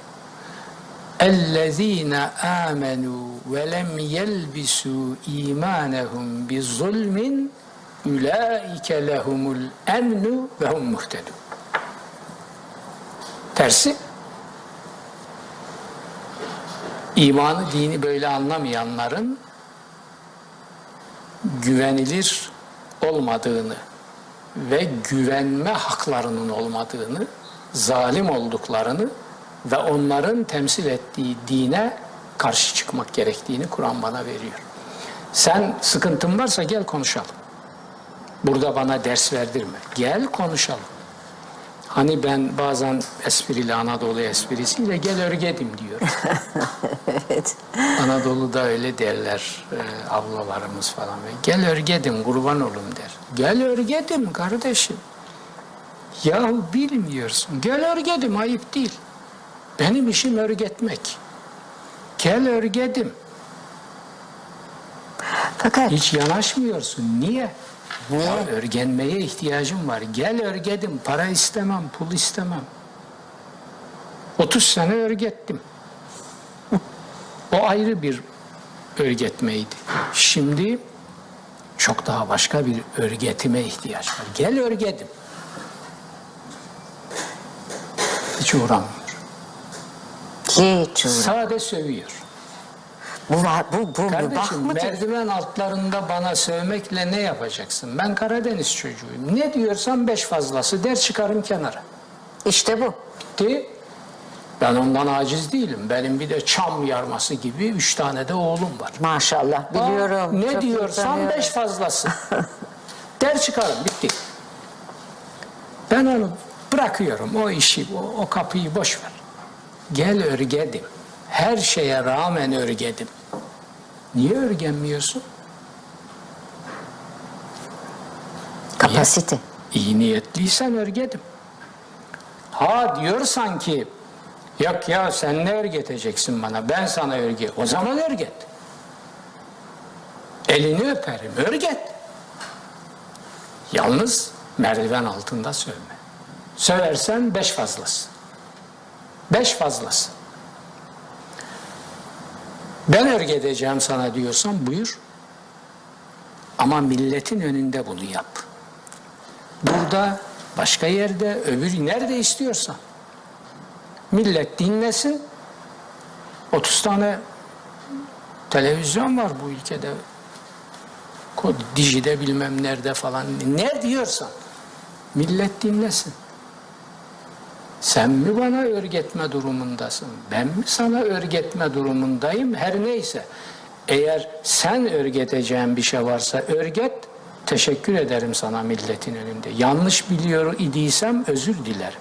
اَلَّذ۪ينَ آمَنُوا وَلَمْ يَلْبِسُوا اِيمَانَهُمْ بِظُلْمٍ اُولَٰئِكَ لَهُمُ الْاَمْنُ وَهُمْ مُهْتَدُونَ. Tersi, imanı, dini böyle anlamayanların güvenilir olmadığını ve güvenme haklarının olmadığını, zalim olduklarını ve onların temsil ettiği dine karşı çıkmak gerektiğini Kur'an bana veriyor. Sen sıkıntın varsa gel konuşalım. Burada bana ders verdirme. Gel konuşalım. Hani ben bazen espriyle, Anadolu esprisiyle gel örgedim diyorum. Evet. Anadolu'da öyle derler e, ablalarımız falan. Gel örgedim, kurban olun der. Gel örgedim kardeşim. Yahu bilmiyorsun. Gel örgedim, ayıp değil. Benim işim örgetmek. Gel örgedim. Fakat Hiç yanaşmıyorsun. Niye? Niye? Ya örgenmeye ihtiyacım var. Gel örgedim. Para istemem, pul istemem. otuz sene örgettim. O ayrı bir örgetmeydi. Şimdi çok daha başka bir örgetime ihtiyaç var. Gel örgedim. Hiç uğramıyor. hiç uğra- Sade sövüyor. Bu var, bu, bu mübah Kardeşim mıdır? merdiven altlarında bana sövmekle ne yapacaksın? Ben Karadeniz çocuğuyum. Ne diyorsam beş fazlası der çıkarım kenara. İşte bu. Bitti. Ben ondan aciz değilim. Benim bir de çam yarması gibi üç tane de oğlum var. Maşallah biliyorum. Ne çok diyorsam utanıyorum. beş fazlası. Der çıkarım bitti. Ben onu bırakıyorum o işi, o, o kapıyı boş ver. Gel örgedim. Her şeye rağmen örgedim. Niye örgenmiyorsun? Kapasite. İyi niyetliysen örgedim. Ha diyorsan ki yok ya sen ne örgeteceksin bana, ben sana örge. O zaman örget. Elini öperim, örget. Yalnız merdiven altında sövme. Söversen beş fazlası. Beş fazlası. Ben örgedeceğim sana diyorsan buyur. Ama milletin önünde bunu yap. Burada, başka yerde, öbür nerede istiyorsan. Millet dinlesin. otuz tane televizyon var bu ülkede. Diji'de bilmem nerede falan. Ne diyorsan. Millet dinlesin. Sen mi bana örgetme durumundasın? Ben mi sana örgetme durumundayım? Her neyse. Eğer sen örgeteceğin bir şey varsa örget. Teşekkür ederim sana milletin önünde. Yanlış biliyor idiysem özür dilerim.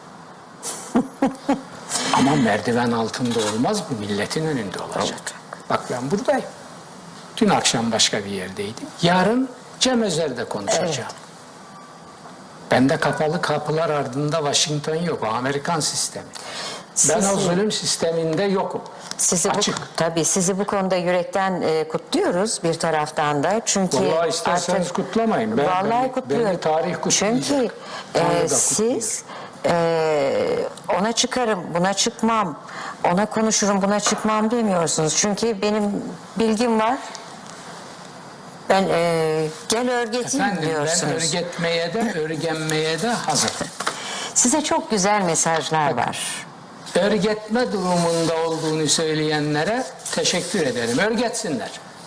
Ama merdiven altında olmaz, bu milletin önünde olacak. Bak ben buradayım. Dün akşam başka bir yerdeydim. Yarın Cem Özer'de konuşacağım. Evet. Bende kapalı kapılar ardında Washington yok. O Amerikan sistemi. Ben Sizi, o zulüm sisteminde yokum. Sizi Açık. Bu, tabii sizi bu konuda yürekten e, kutluyoruz bir taraftan da. Çünkü vallahi isterseniz artık, kutlamayın. Ben, vallahi ben, kutluyorum. Ben tarih kutlayacak. Çünkü e, siz e, ona çıkarım, buna çıkmam, ona konuşurum, buna çıkmam demiyorsunuz. Çünkü benim bilgim var. Ben e, gel örgeteyim Efendim, diyorsunuz. ben örgetmeye de örgenmeye de hazırım. Size çok güzel mesajlar Bakın, var. Örgetme durumunda olduğunu söyleyenlere teşekkür ederim. Örgetsinler.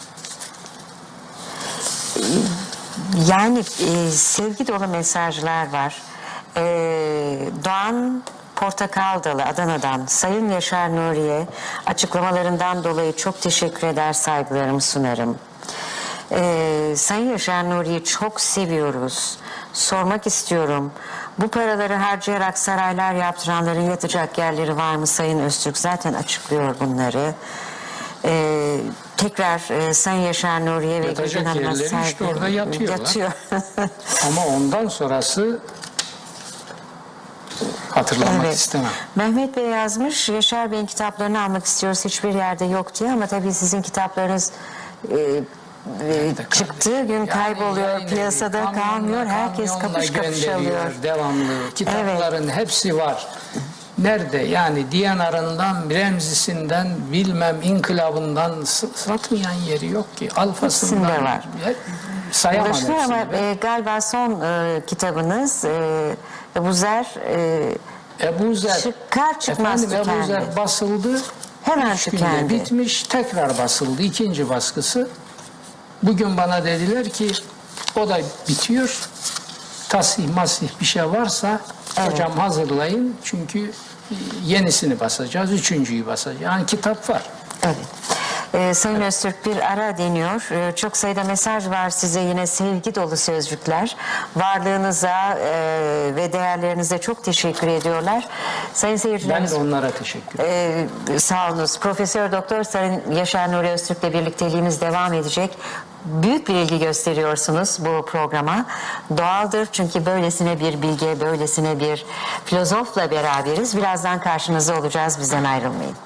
Yani e, sevgi dolu mesajlar var. E, Doğan Portakaldalı Adana'dan Sayın Yaşar Nuri'ye açıklamalarından dolayı çok teşekkür eder, saygılarımı sunarım. Ee, Sayın Yaşar Nuri'yi çok seviyoruz. Sormak istiyorum. Bu paraları harcayarak saraylar yaptıranların yatacak yerleri var mı Sayın Öztürk? Zaten açıklıyor bunları. Ee, tekrar e, Sayın Yaşar Nuri'ye ve Yatacak Gülcan Hanım'a yerleri saygı işte orada yatıyorlar. yatıyor. Ama ondan sonrası hatırlamak Evet. istemem. Mehmet Bey yazmış, Yaşar Bey'in kitaplarını almak istiyoruz, hiçbir yerde yok diye, ama tabii sizin kitaplarınız e, e, çıktığı gün Yani kayboluyor, yayın evi, piyasada kamyonla, kalmıyor, herkes kamyonla kapış kapış alıyor. gönderiyor devamlı. Kitapların hepsi var. Nerede? Yani Diyanar'ından, Remzisi'nden, bilmem inkılabından s- satmayan yeri yok ki. Alfasından Hepsinde var. Sayamam Ulaşılıyor ama hepsini. e, galiba son e, kitabınız e, Ebu Zer e, Ebu Zer, çıkar çıkmaz efendim, Ebu tükendi. Zer basıldı. Hemen üç günde tükendi. bitmiş, tekrar basıldı. İkinci baskısı. Bugün bana dediler ki o da bitiyor. Tasih masih bir şey varsa Evet. hocam hazırlayın. Çünkü yenisini basacağız. Üçüncüyü basacağız. Yani kitap var. Evet. Ee, Sayın Öztürk, bir ara deniyor. Ee, çok sayıda mesaj var size, yine sevgi dolu sözcükler. Varlığınıza e, ve değerlerinize çok teşekkür ediyorlar. Sayın Ben seyircilerimiz, de onlara teşekkür ederim. Ee, sağ olunuz. Profesör Doktor Sayın Yaşar Nuri Öztürk'le birlikteliğimiz devam edecek. Büyük bir ilgi gösteriyorsunuz bu programa. Doğaldır, çünkü böylesine bir bilge, böylesine bir filozofla beraberiz. Birazdan karşınızda olacağız. Bizden ayrılmayın.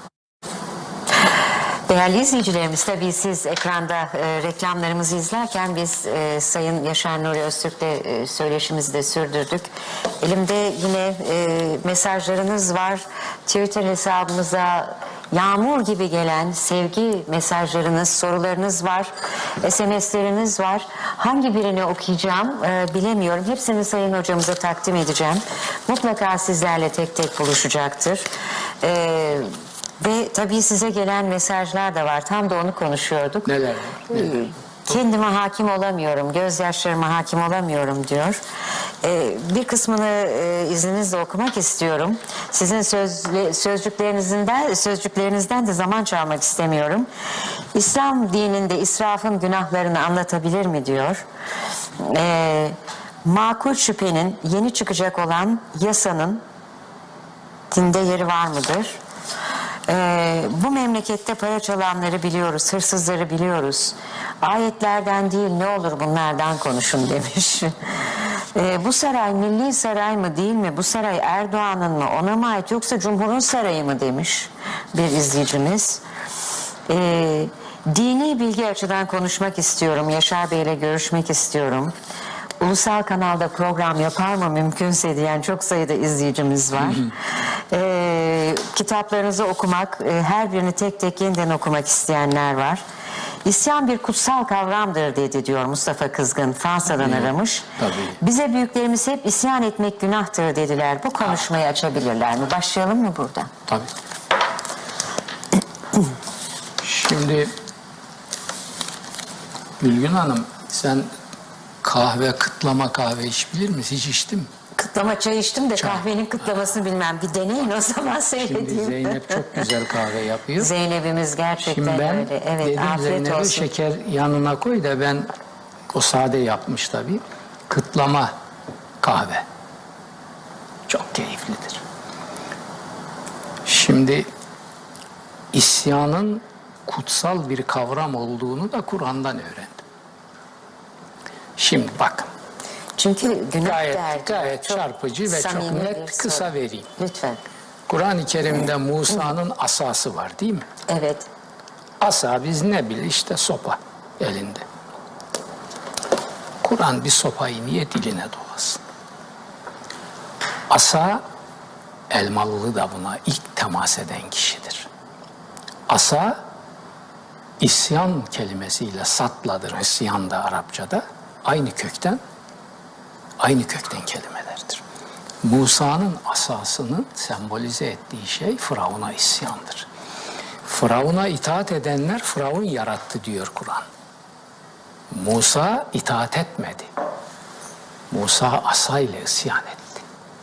Değerli izleyicilerimiz, tabii siz ekranda e, reklamlarımızı izlerken biz e, Sayın Yaşar Nuri Öztürk'le e, söyleşimizi de sürdürdük. Elimde yine e, mesajlarınız var. Twitter hesabımıza yağmur gibi gelen sevgi mesajlarınız, sorularınız var, S M S'leriniz var. Hangi birini okuyacağım e, bilemiyorum. Hepsini Sayın Hocamıza takdim edeceğim. Mutlaka sizlerle tek tek buluşacaktır. E, Ve tabii size gelen mesajlar da var. Tam da onu konuşuyorduk. Neler var? Neler? Kendime hakim olamıyorum, gözyaşlarıma hakim olamıyorum diyor. Ee, bir kısmını e, izninizle okumak istiyorum. Sizin sözle, sözcüklerinizden, sözcüklerinizden de zaman çalmak istemiyorum. İslam dininde israfın günahlarını anlatabilir mi diyor. Ee, makul şüphenin yeni çıkacak olan yasanın dinde yeri var mıdır? Ee, bu memlekette para çalanları biliyoruz, hırsızları biliyoruz. Ayetlerden değil, ne olur bunlardan konuşun demiş. Ee, bu saray milli saray mı değil mi? Bu saray Erdoğan'ın mı? Ona mı ait, yoksa Cumhur'un sarayı mı demiş bir izleyicimiz. Ee, dini bilgi açıdan konuşmak istiyorum. Yaşar Bey'le görüşmek istiyorum. Ulusal kanalda program yapar mı mümkünse diyen çok sayıda izleyicimiz var. Ee, kitaplarınızı okumak, e, her birini tek tek yeniden okumak isteyenler var. İsyan bir kutsal kavramdır dedi diyor Mustafa Kızgın. Fransa'dan aramış. Tabii. Bize büyüklerimiz hep isyan etmek günahtır dediler. Bu konuşmayı açabilirler mi? Başlayalım mı burada? Tabii. Şimdi Gülgün Hanım, sen kahve, kıtlama kahve içbilir misin? Hiç içtin mi? Kıtlama çay içtim de kahvenin kıtlamasını bilmem. Bir deneyin o zaman seyredeyim. Şimdi Zeynep çok güzel kahve yapıyor. Zeynep'imiz gerçekten Şimdi ben öyle. Evet, dedim afiyet Zeynep'e olsun. şeker yanına koy da ben, o sade yapmış tabii. Kıtlama kahve. Çok keyiflidir. Şimdi isyanın kutsal bir kavram olduğunu da Kur'an'dan öğrendim. Şimdi bakın. Çünkü günah Gayet, derdi. gayet Çok çarpıcı ve çok samimi bir net, kısa soru. vereyim. Lütfen. Kur'an-ı Kerim'de Musa'nın asası var değil mi? Evet. Asa biz ne bil işte sopa elinde. Kur'an bir sopayı niye diline dolasın? Asa, Elmalılı da buna ilk temas eden kişidir. Asa, isyan kelimesiyle satladır, isyan da Arapçada. Aynı kökten, aynı kökten kelimelerdir. Musa'nın asasının sembolize ettiği şey Firavun'a isyandır. Firavun'a itaat edenler Firavun yarattı diyor Kur'an. Musa itaat etmedi. Musa asayla isyan etti.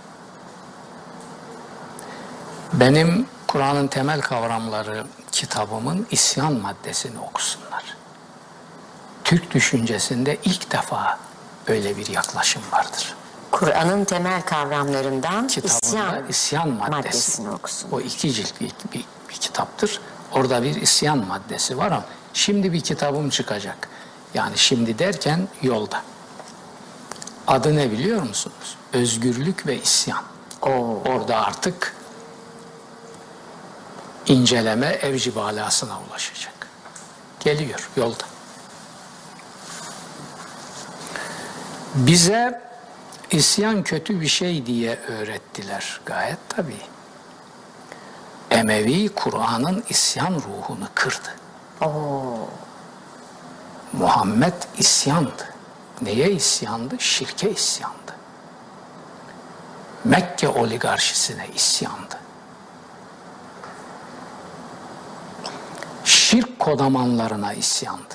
Benim Kur'an'ın temel kavramları kitabımın isyan maddesini okusunlar. Türk düşüncesinde ilk defa öyle bir yaklaşım vardır. Kur'an'ın temel kavramlarından Kitabında isyan, isyan maddesi. maddesini okusun. O iki cilt bir, bir, bir kitaptır. Orada bir isyan maddesi var ama şimdi bir kitabım çıkacak. Yani şimdi derken yolda. Adı ne biliyor musunuz? Özgürlük ve isyan. Oo. Orada artık inceleme evcibalasına ulaşacak. Geliyor yolda. Bize isyan kötü bir şey diye öğrettiler gayet tabii. Emevi Kur'an'ın isyan ruhunu kırdı. Oo. Muhammed isyandı. Neye isyandı? Şirke isyandı. Mekke oligarşisine isyandı. Şirk kodamanlarına isyandı.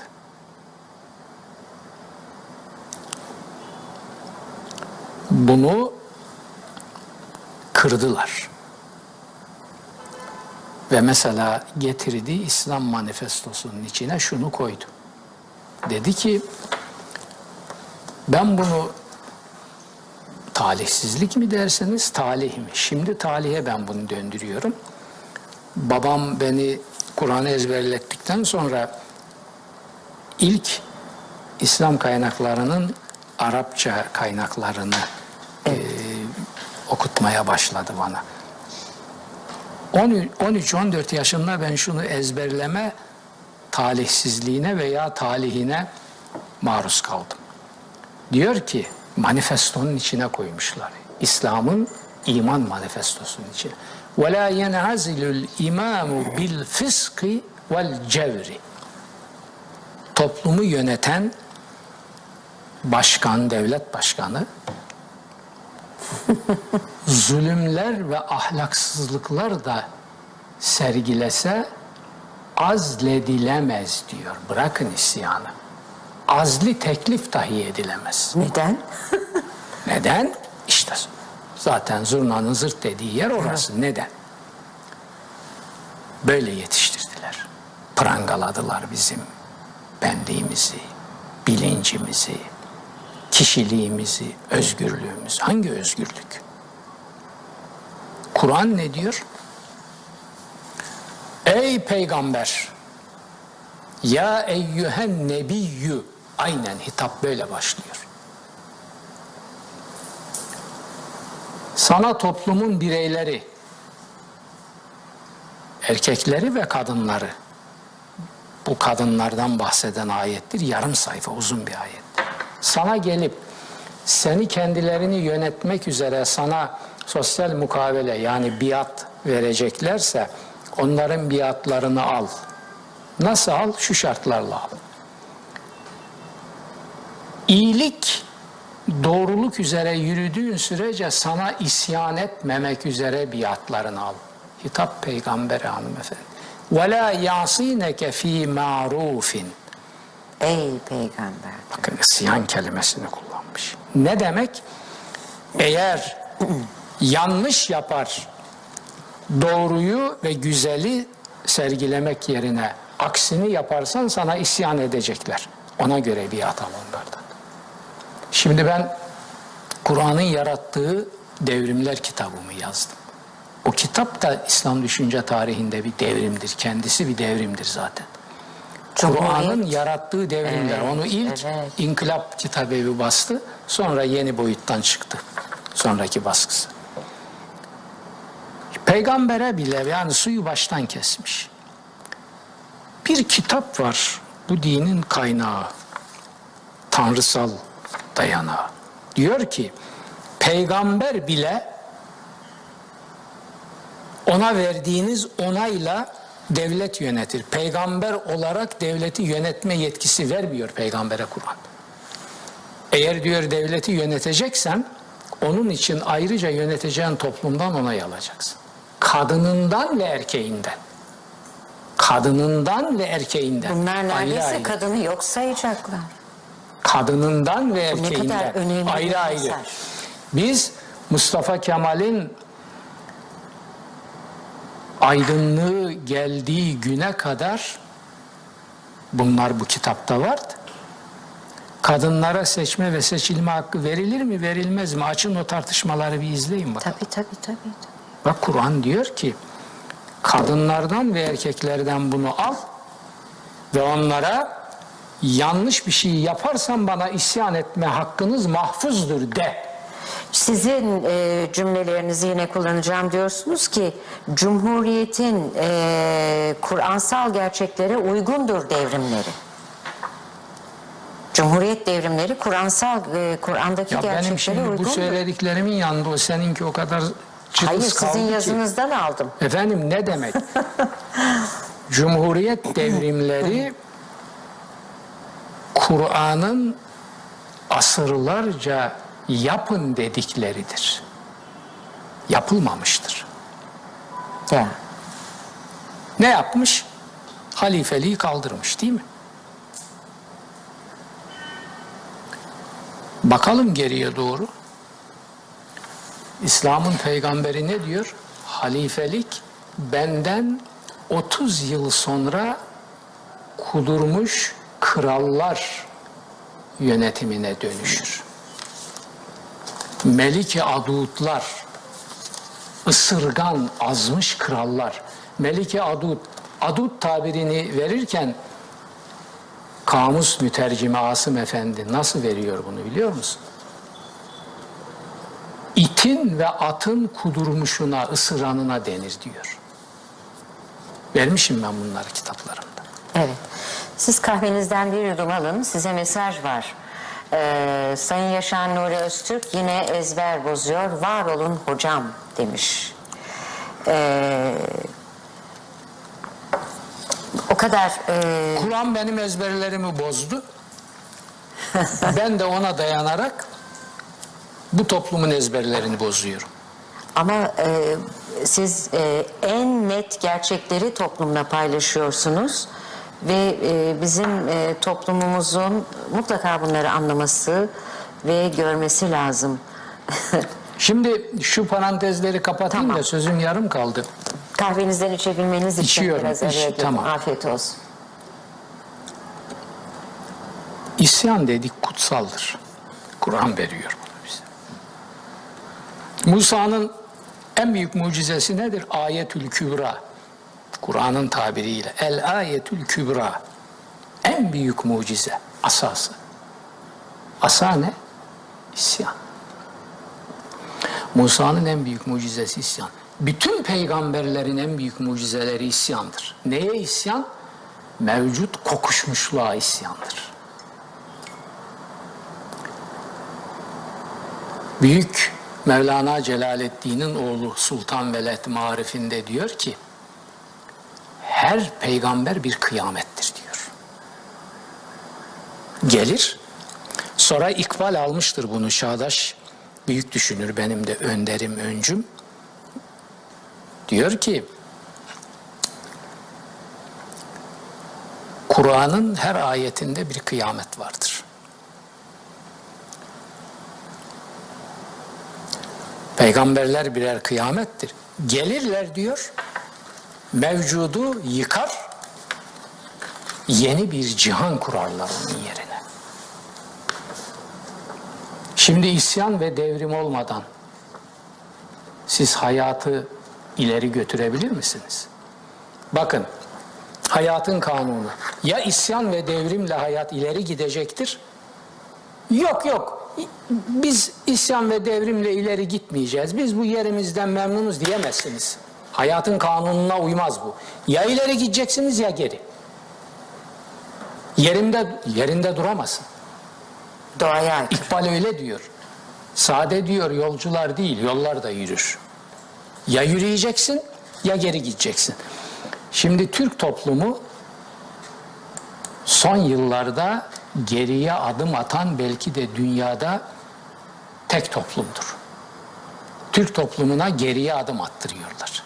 Bunu kırdılar. Ve mesela getirdiği İslam manifestosunun içine şunu koydu. Dedi ki ben bunu talihsizlik mi derseniz talih mi? Şimdi talihe ben bunu döndürüyorum. Babam beni Kur'an'ı ezberlettikten sonra ilk İslam kaynaklarının Arapça kaynaklarını e, okutmaya başladı bana. on üç on dört yaşında ben şunu ezberleme talihsizliğine veya talihine maruz kaldım. Diyor ki manifestonun içine koymuşlar. İslam'ın iman manifestosunun içine. وَلَا يَنْعَزِلُ الْاِمَامُ بِالْفِسْقِ وَالْجَوْرِ Toplumu yöneten başkan, devlet başkanı zulümler ve ahlaksızlıklar da sergilese azledilemez diyor. Bırakın isyanı. Azli teklif dahi edilemez. Neden? Neden? İşte zaten zurnanın zırt dediği yer orası. Evet. Neden? Böyle yetiştirdiler. Prangaladılar bizim benliğimizi, bilincimizi, kişiliğimizi, özgürlüğümüzü. Hangi özgürlük? Kur'an ne diyor? Ey peygamber! Ya eyyühen nebiyyü! Aynen hitap böyle başlıyor. Sana toplumun bireyleri, erkekleri ve kadınları, bu kadınlardan bahseden ayettir, yarım sayfa uzun bir ayet. Sana gelip seni kendilerini yönetmek üzere sana sosyal mukavele yani biat vereceklerse onların biatlarını al. Nasıl al? Şu şartlarla al. İyilik, doğruluk üzere yürüdüğün sürece sana isyan etmemek üzere biatlarını al. Hitap peygamberi hanımefendi. وَلَا يَعْصِينَكَ ف۪ي مَعْرُوفٍ Ey peygamber. Bakın isyan kelimesini kullanmış. Ne demek? Eğer yanlış yapar, doğruyu ve güzeli sergilemek yerine aksini yaparsan sana isyan edecekler. Ona göre biat al onlardan. Şimdi ben Kur'an'ın yarattığı devrimler kitabımı yazdım. O kitap da İslam düşünce tarihinde bir devrimdir. Kendisi bir devrimdir zaten. Kur'an'ın yarattığı devrimler. Evet, onu ilk evet. İnkılap Kitabevi bastı. Sonra Yeni Boyut'tan çıktı. Sonraki baskısı. Peygambere bile yani suyu baştan kesmiş. Bir kitap var. Bu dinin kaynağı. Tanrısal dayanağı. Diyor ki peygamber bile ona verdiğiniz onayla devlet yönetir. Peygamber olarak devleti yönetme yetkisi vermiyor peygambere Kur'an. Eğer diyor devleti yöneteceksen onun için ayrıca yöneteceğin toplumdan onay alacaksın. Kadınından ve erkeğinden. Kadınından ve erkeğinden. Bunlar neredeyse ayrı ayrı. Kadını yok sayacaklar. Kadınından ve Bu erkeğinden. ne kadar önemli ayrı bir ayrı. mesaj. Biz Mustafa Kemal'in aydınlığı geldiği güne kadar bunlar bu kitapta vardı. Kadınlara seçme ve seçilme hakkı verilir mi, verilmez mi? Açın o tartışmaları bir izleyin bakalım. Tabii tabii tabii. Bak Kur'an diyor ki kadınlardan ve erkeklerden bunu al ve onlara yanlış bir şey yaparsan bana isyan etme hakkınız mahfuzdur de. Sizin e, cümlelerinizi yine kullanacağım, diyorsunuz ki Cumhuriyet'in e, Kur'ansal gerçeklere uygundur devrimleri. Cumhuriyet devrimleri Kur'ansal e, Kur'an'daki ya gerçeklere benim şimdi uygundur. bu söylediklerimin yanında o seninki o kadar cılız Hayır, kaldı sizin ki. yazınızdan aldım. Efendim ne demek? Cumhuriyet devrimleri Kur'an'ın asırlarca yapın dedikleridir. Yapılmamıştır. Ya. Ne yapmış? Halifeliği kaldırmış değil mi? Bakalım geriye doğru. İslam'ın peygamberi ne diyor? Halifelik benden otuz yıl sonra kudurmuş krallar yönetimine dönüşür. Melike Adudlar, ısırgan, azmış krallar. Melike Adud, Adud tabirini verirken kamus mütercimi Asım Efendi nasıl veriyor bunu biliyor musun? İtin ve atın kudurmuşuna, ısıranına denir diyor. Vermişim ben bunları kitaplarımda. Evet. Siz kahvenizden bir yudum alın. Size mesaj var. Ee, Sayın Yaşar Nuri Öztürk yine ezber bozuyor. Var olun hocam demiş. Ee, o kadar... E... Kur'an benim ezberlerimi bozdu. Ben de ona dayanarak bu toplumun ezberlerini bozuyorum. Ama e, siz e, en net gerçekleri toplumla paylaşıyorsunuz ve e, bizim e, toplumumuzun mutlaka bunları anlaması ve görmesi lazım. Şimdi şu parantezleri kapatayım Tamam. da sözüm yarım kaldı. Kahvenizden içebilmeniz için İçiyorum, biraz iç, araya girdim. tamam. Afiyet olsun. İsyan dedik kutsaldır. Kur'an veriyor bunu bize. Musa'nın en büyük mucizesi nedir? Ayetül Kübra. Kur'an'ın tabiriyle. El ayetül kübra. En büyük mucize. Asası. Asa ne? İsyan. Musa'nın en büyük mucizesi isyan. Bütün peygamberlerin en büyük mucizeleri isyandır. Neye isyan? Mevcut kokuşmuşluğa isyandır. Büyük Mevlana Celaleddin'in oğlu Sultan Veled Marif'inde diyor ki, her peygamber bir kıyamettir diyor. Gelir, sonra ikbal almıştır bunu Çağdaş büyük düşünür, benim de önderim, öncüm. Diyor ki, Kur'an'ın her ayetinde bir kıyamet vardır. Peygamberler birer kıyamettir. Gelirler diyor, mevcudu yıkar, yeni bir cihan kurarlar onun yerine. Şimdi isyan ve devrim olmadan siz hayatı ileri götürebilir misiniz? Bakın, hayatın kanunu. Ya isyan ve devrimle hayat ileri gidecektir. Yok yok, biz isyan ve devrimle ileri gitmeyeceğiz. Biz bu yerimizden memnunuz diyemezsiniz. Hayatın kanununa uymaz bu. Ya ileri gideceksiniz ya geri. Yerinde, yerinde duramazsın. Doğaya aykırı. İkbal öyle diyor. Sade diyor, yolcular değil, yollar da yürür. Ya yürüyeceksin ya geri gideceksin. Şimdi Türk toplumu son yıllarda geriye adım atan belki de dünyada tek toplumdur. Türk toplumuna geriye adım attırıyorlar.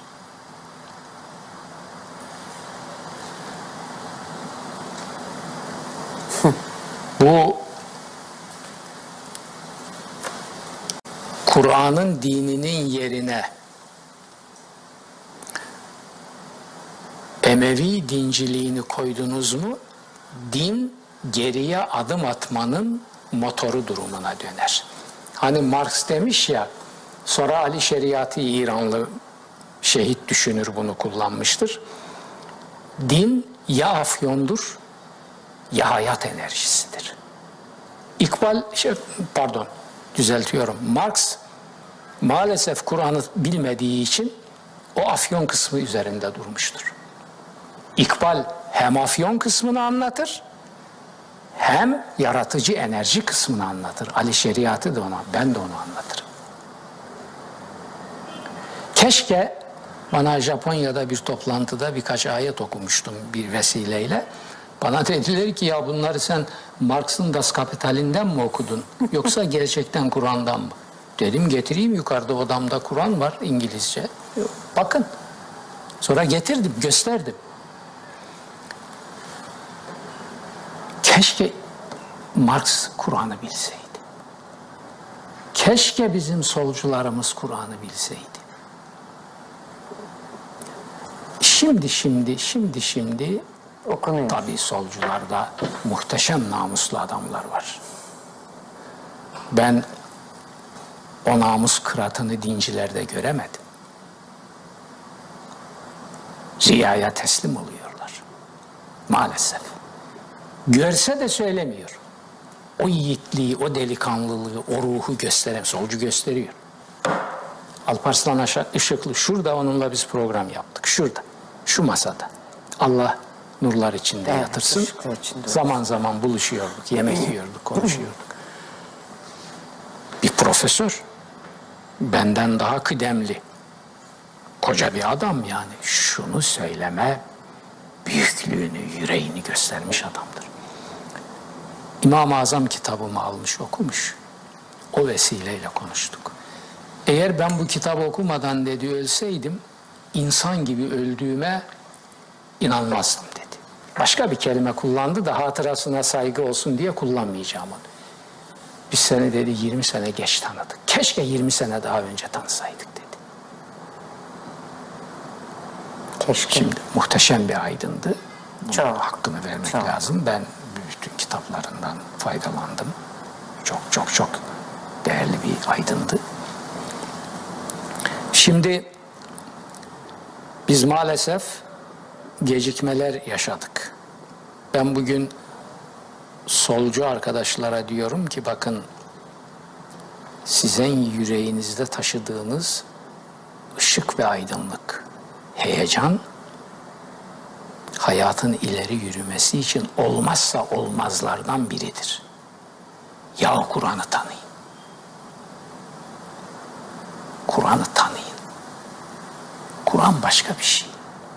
Bu Kur'an'ın dininin yerine Emevi dinciliğini koydunuz mu, din geriye adım atmanın motoru durumuna döner. Hani Marx demiş ya, sonra Ali Şeriatı İranlı şehit düşünür bunu kullanmıştır. Din ya afyondur ya hayat enerjisidir. İkbal, şey, pardon düzeltiyorum. Marx maalesef Kur'an'ı bilmediği için o afyon kısmı üzerinde durmuştur. İkbal hem afyon kısmını anlatır hem yaratıcı enerji kısmını anlatır. Ali Şeriatı da ona, ben de onu anlatırım. Keşke bana Japonya'da bir toplantıda birkaç ayet okumuştum bir vesileyle. Bana dediler ki ya bunları sen Marx'ın Das Kapital'inden mi okudun? Yoksa gerçekten Kur'an'dan mı? Dedim getireyim, yukarıda odamda Kur'an var İngilizce. Bakın. Sonra getirdim, gösterdim. Keşke Marx Kur'an'ı bilseydi. Keşke bizim solcularımız Kur'an'ı bilseydi. Şimdi şimdi şimdi şimdi okunuyor. tabii solcularda muhteşem namuslu adamlar var. Ben o namus kıratını dincilerde göremedim. Riyaya teslim oluyorlar. Maalesef. Görse de söylemiyor. O yiğitliği, o delikanlılığı, o ruhu gösteren solcu gösteriyor. Alparslan Işıklı şurada onunla biz program yaptık. Şurada. Şu masada. Allah nurlar içinde Evet, yatırsın. ışıklar içinde Zaman zaman buluşuyorduk, yemek yiyorduk, konuşuyorduk. Bir profesör benden daha kıdemli. Koca bir adam yani. Şunu söyleme büyüklüğünü, yüreğini göstermiş adamdır. İmam-ı Azam kitabımı almış, okumuş. O vesileyle konuştuk. Eğer ben bu kitabı okumadan dedi ölseydim, insan gibi öldüğüme inanmazdım dedi. Başka bir kelime kullandı da hatırasına saygı olsun diye kullanmayacağım onu. Biz seni dedi yirmi sene geç tanıdık. Keşke yirmi sene daha önce tanısaydık dedi. Keşke. Şimdi muhteşem bir aydındı. Çok. Hakkını vermek Çok. lazım. Ben bütün kitaplarından faydalandım. Çok çok çok değerli bir aydındı. Şimdi biz maalesef gecikmeler yaşadık. Ben bugün solcu arkadaşlara diyorum ki bakın sizin yüreğinizde taşıdığınız ışık ve aydınlık, heyecan hayatın ileri yürümesi için olmazsa olmazlardan biridir. Ya Kur'an'ı tanıyın. Kur'an'ı tanıyın. Kur'an başka bir şey.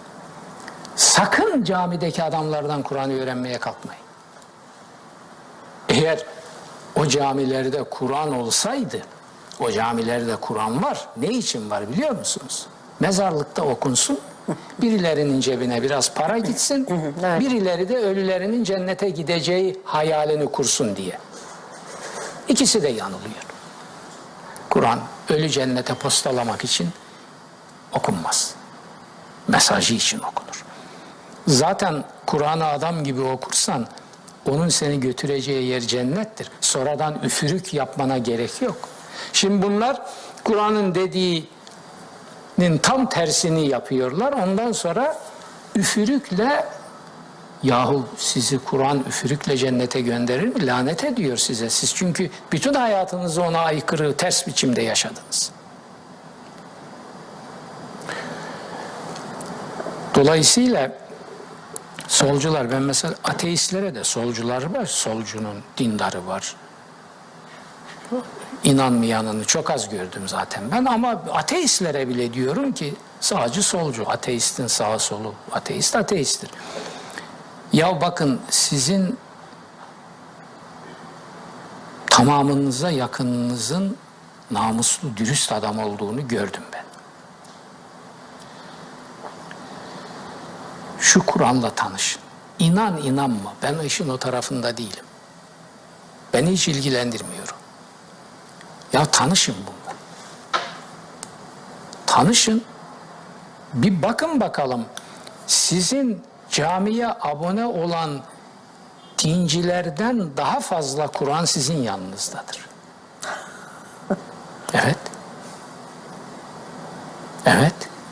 Sakın camideki adamlardan Kur'an'ı öğrenmeye kalkmayın. Eğer o camilerde Kur'an olsaydı, o camilerde Kur'an var. Ne için var biliyor musunuz? Mezarlıkta okunsun, birilerinin cebine biraz para gitsin, Evet. birileri de ölülerinin cennete gideceği hayalini kursun diye. İkisi de yanılıyor. Kur'an ölü cennete postalamak için okunmaz. Mesajı için okunur. Zaten Kur'an'ı adam gibi okursan onun seni götüreceği yer cennettir. Sonradan üfürük yapmana gerek yok. Şimdi bunlar Kur'an'ın dediğinin tam tersini yapıyorlar. Ondan sonra üfürükle yahu sizi Kur'an üfürükle cennete gönderir mi? Lanet ediyor size. Siz çünkü bütün hayatınızı ona aykırı, ters biçimde yaşadınız. Dolayısıyla solcular, ben mesela ateistlere de solcular var, solcunun dindarı var. İnanmayanını çok az gördüm zaten ben ama ateistlere bile diyorum ki sağcı solcu, ateistin sağı solu, ateist ateisttir. Ya bakın sizin tamamınıza yakınınızın namuslu, dürüst adam olduğunu gördüm ben. Şu Kur'an'la tanışın. İnan inanma. Ben işin o tarafında değilim. Beni hiç ilgilendirmiyorum. Ya tanışın bununla. Tanışın. Bir bakın bakalım. Sizin camiye abone olan dincilerden daha fazla Kur'an sizin yanınızdadır. Evet. Evet.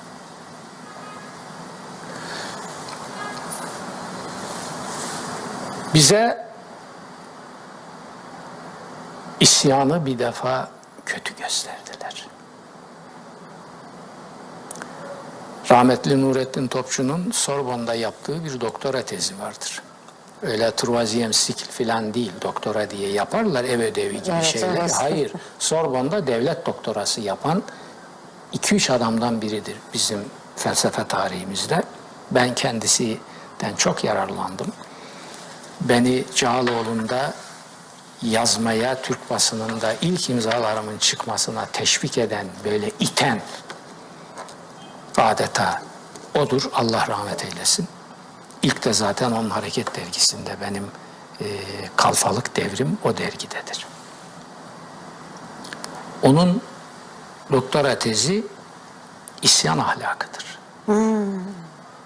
Bize isyanı bir defa kötü gösterdiler. Rahmetli Nurettin Topçu'nun Sorbon'da yaptığı bir doktora tezi vardır. Öyle Troisième cycle filan değil, doktora diye yaparlar ev ödevi gibi Evet, şeyler. evet. Hayır, Sorbon'da devlet doktorası yapan iki üç adamdan biridir bizim felsefe tarihimizde. Ben kendisinden çok yararlandım. Beni Cağaloğlu'nda yazmaya, Türk basınında ilk imzalarımın çıkmasına teşvik eden, böyle iten adeta odur, Allah rahmet eylesin. İlk de zaten onun Hareket dergisinde benim e, kalfalık devrim o dergidedir. Onun doktora tezi isyan ahlakıdır. Hmm.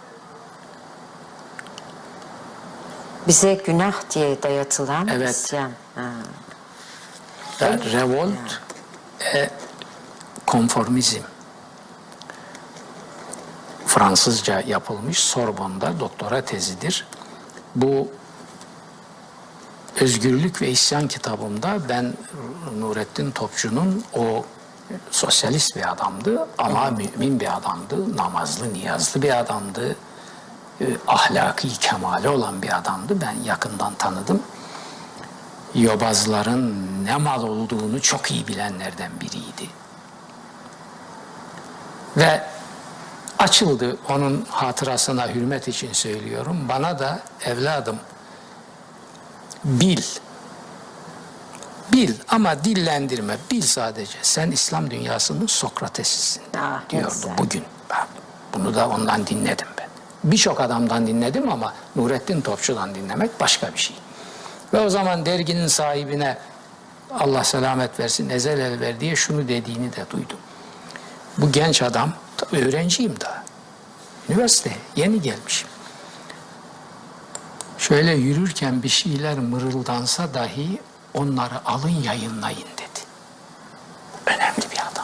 Bize günah diye dayatılan Evet. isyan. Ha. Ve revolt e, konformizm. Fransızca yapılmış Sorbonne'da doktora tezidir. Bu Özgürlük ve İsyan kitabımda ben Nurettin Topçu'nun o sosyalist bir adamdı ama mümin bir adamdı, namazlı, niyazlı bir adamdı, e, ahlaki kemali olan bir adamdı. Ben yakından tanıdım. Yobazların ne mal olduğunu çok iyi bilenlerden biriydi. Ve açıldı, onun hatırasına hürmet için söylüyorum. Bana da evladım bil, bil ama dillendirme, bil sadece. Sen İslam dünyasının Sokrates'isin Ah, ne diyordu güzel. bugün. Bunu da ondan dinledim ben. Birçok adamdan dinledim ama Nurettin Topçu'dan dinlemek başka bir şey. Ve o zaman derginin sahibine Allah selamet versin, ezel el ver diye şunu dediğini de duydum. Bu genç adam, tabii öğrenciyim daha. Üniversiteye yeni gelmişim. Şöyle yürürken bir şeyler mırıldansa dahi onları alın yayınlayın dedi. Önemli bir adam.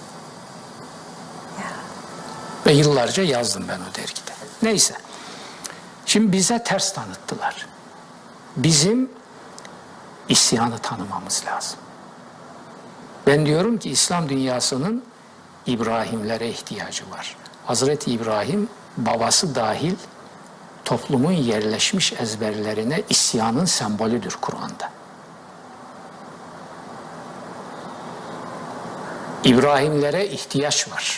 Ve yıllarca yazdım ben o dergide. Neyse. Şimdi bize ters tanıttılar. Bizim isyanı tanımamız lazım. Ben diyorum ki İslam dünyasının İbrahimlere ihtiyacı var. Hazreti İbrahim babası dahil toplumun yerleşmiş ezberlerine isyanın sembolüdür Kur'an'da. İbrahimlere ihtiyaç var.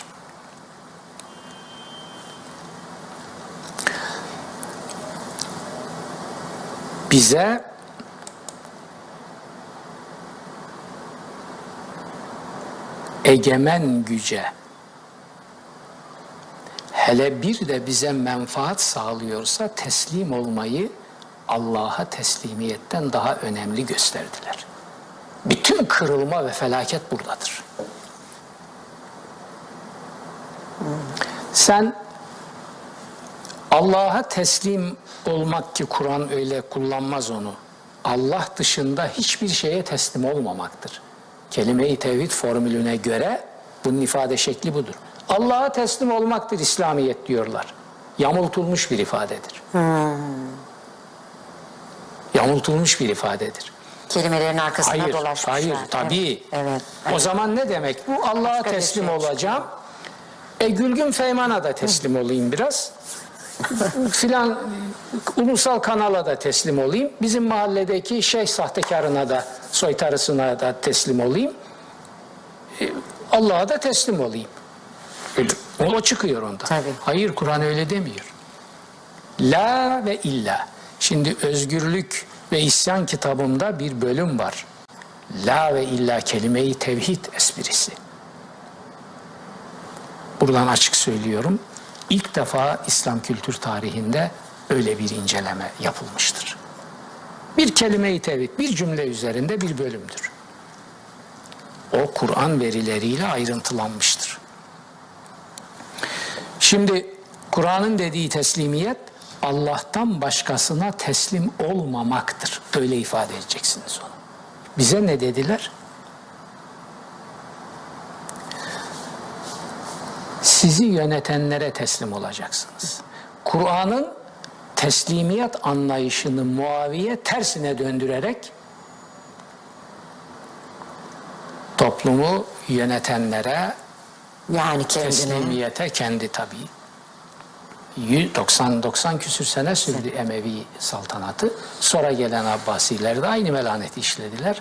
Bize egemen güce, hele bir de bize menfaat sağlıyorsa teslim olmayı Allah'a teslimiyetten daha önemli gösterdiler. Bütün kırılma ve felaket buradadır. Sen Allah'a teslim olmak ki Kur'an öyle kullanmaz onu. Allah dışında hiçbir şeye teslim olmamaktır. Kelime-i tevhid formülüne göre bunun ifade şekli budur. Allah'a teslim olmaktır İslamiyet diyorlar. Yamultulmuş bir ifadedir. Hmm. Yamultulmuş bir ifadedir. Kelimelerin arkasına hayır, dolaşmışlar. Hayır, tabii. Evet. Evet. O zaman ne demek bu? Allah'a teslim şey olacağım. E Gülgün Feyman'a da teslim olayım biraz. Filan ulusal kanala da teslim olayım. Bizim mahalledeki şeyh sahtekarına da, soytarısına da teslim olayım. E, Allah'a da teslim olayım. O çıkıyor ondan. Tabii. Hayır, Kur'an öyle demiyor. La ve illa. Şimdi özgürlük ve isyan kitabımda bir bölüm var. La ve illa kelime-i tevhid esprisi. Buradan açık söylüyorum. İlk defa İslam kültür tarihinde öyle bir inceleme yapılmıştır. Bir kelime-i tevhid, bir cümle üzerinde bir bölümdür. O Kur'an verileriyle ayrıntılanmıştır. Şimdi Kur'an'ın dediği teslimiyet Allah'tan başkasına teslim olmamaktır. Öyle ifade edeceksiniz onu. Bize ne dediler? Sizi yönetenlere teslim olacaksınız. Kur'an'ın teslimiyet anlayışını Muaviye tersine döndürerek toplumu yönetenlere, yani kendine. teslimiyete kendi tabii. doksan doksan küsür sene sürdü Emevi saltanatı. Sonra gelen Abbasiler de aynı melaneti işlediler.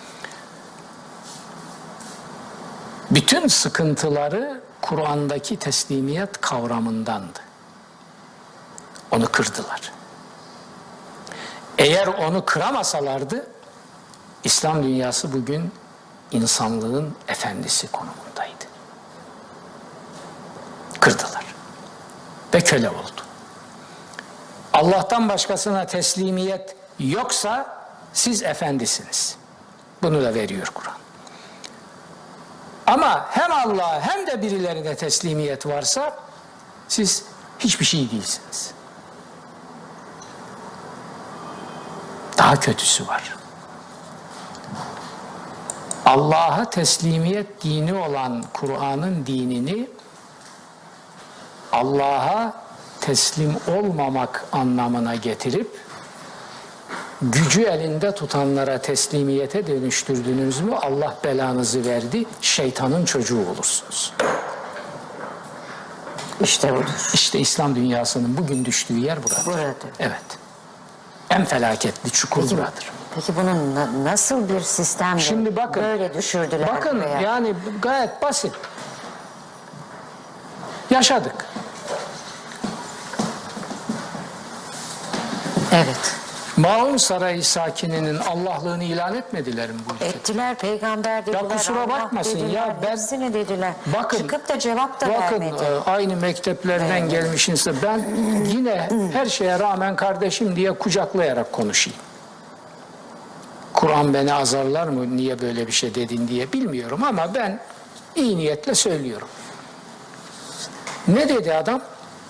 Bütün sıkıntıları Kur'an'daki teslimiyet kavramındandı. Onu kırdılar. Eğer onu kıramasalardı, İslam dünyası bugün insanlığın efendisi konumundaydı. Kırdılar. Ve köle oldu. Allah'tan başkasına teslimiyet yoksa siz efendisiniz. Bunu da veriyor Kur'an. Ama hem Allah'a hem de birilerine teslimiyet varsa siz hiçbir şey değilsiniz. Daha kötüsü var. Allah'a teslimiyet dini olan Kur'an'ın dinini Allah'a teslim olmamak anlamına getirip gücü elinde tutanlara teslimiyete dönüştürdünüz mü Allah belanızı verdi, şeytanın çocuğu olursunuz. İşte budur. İşte İslam dünyasının bugün düştüğü yer buradır. Buradır. Evet. En felaketli çukur Peki, buradır. peki bunun na- nasıl bir sistemle Şimdi bakın, böyle düşürdüler? Bakın buraya? yani gayet basit. Yaşadık. Evet. Maun Sarayı sakininin Allah'lığını ilan etmediler mi bu ülkede? Ettiler, peygamber dediler. kusura Allah bakmasın dediler, ya, ben- hepsini dediler. Bakın- Çıkıp da cevap da Bakın vermedi. e, aynı mekteplerden Evet. gelmişinse ben yine her şeye rağmen kardeşim diye kucaklayarak konuşayım. Kur'an beni azarlar mı niye böyle bir şey dedin diye bilmiyorum ama ben iyi niyetle söylüyorum. Ne dedi adam?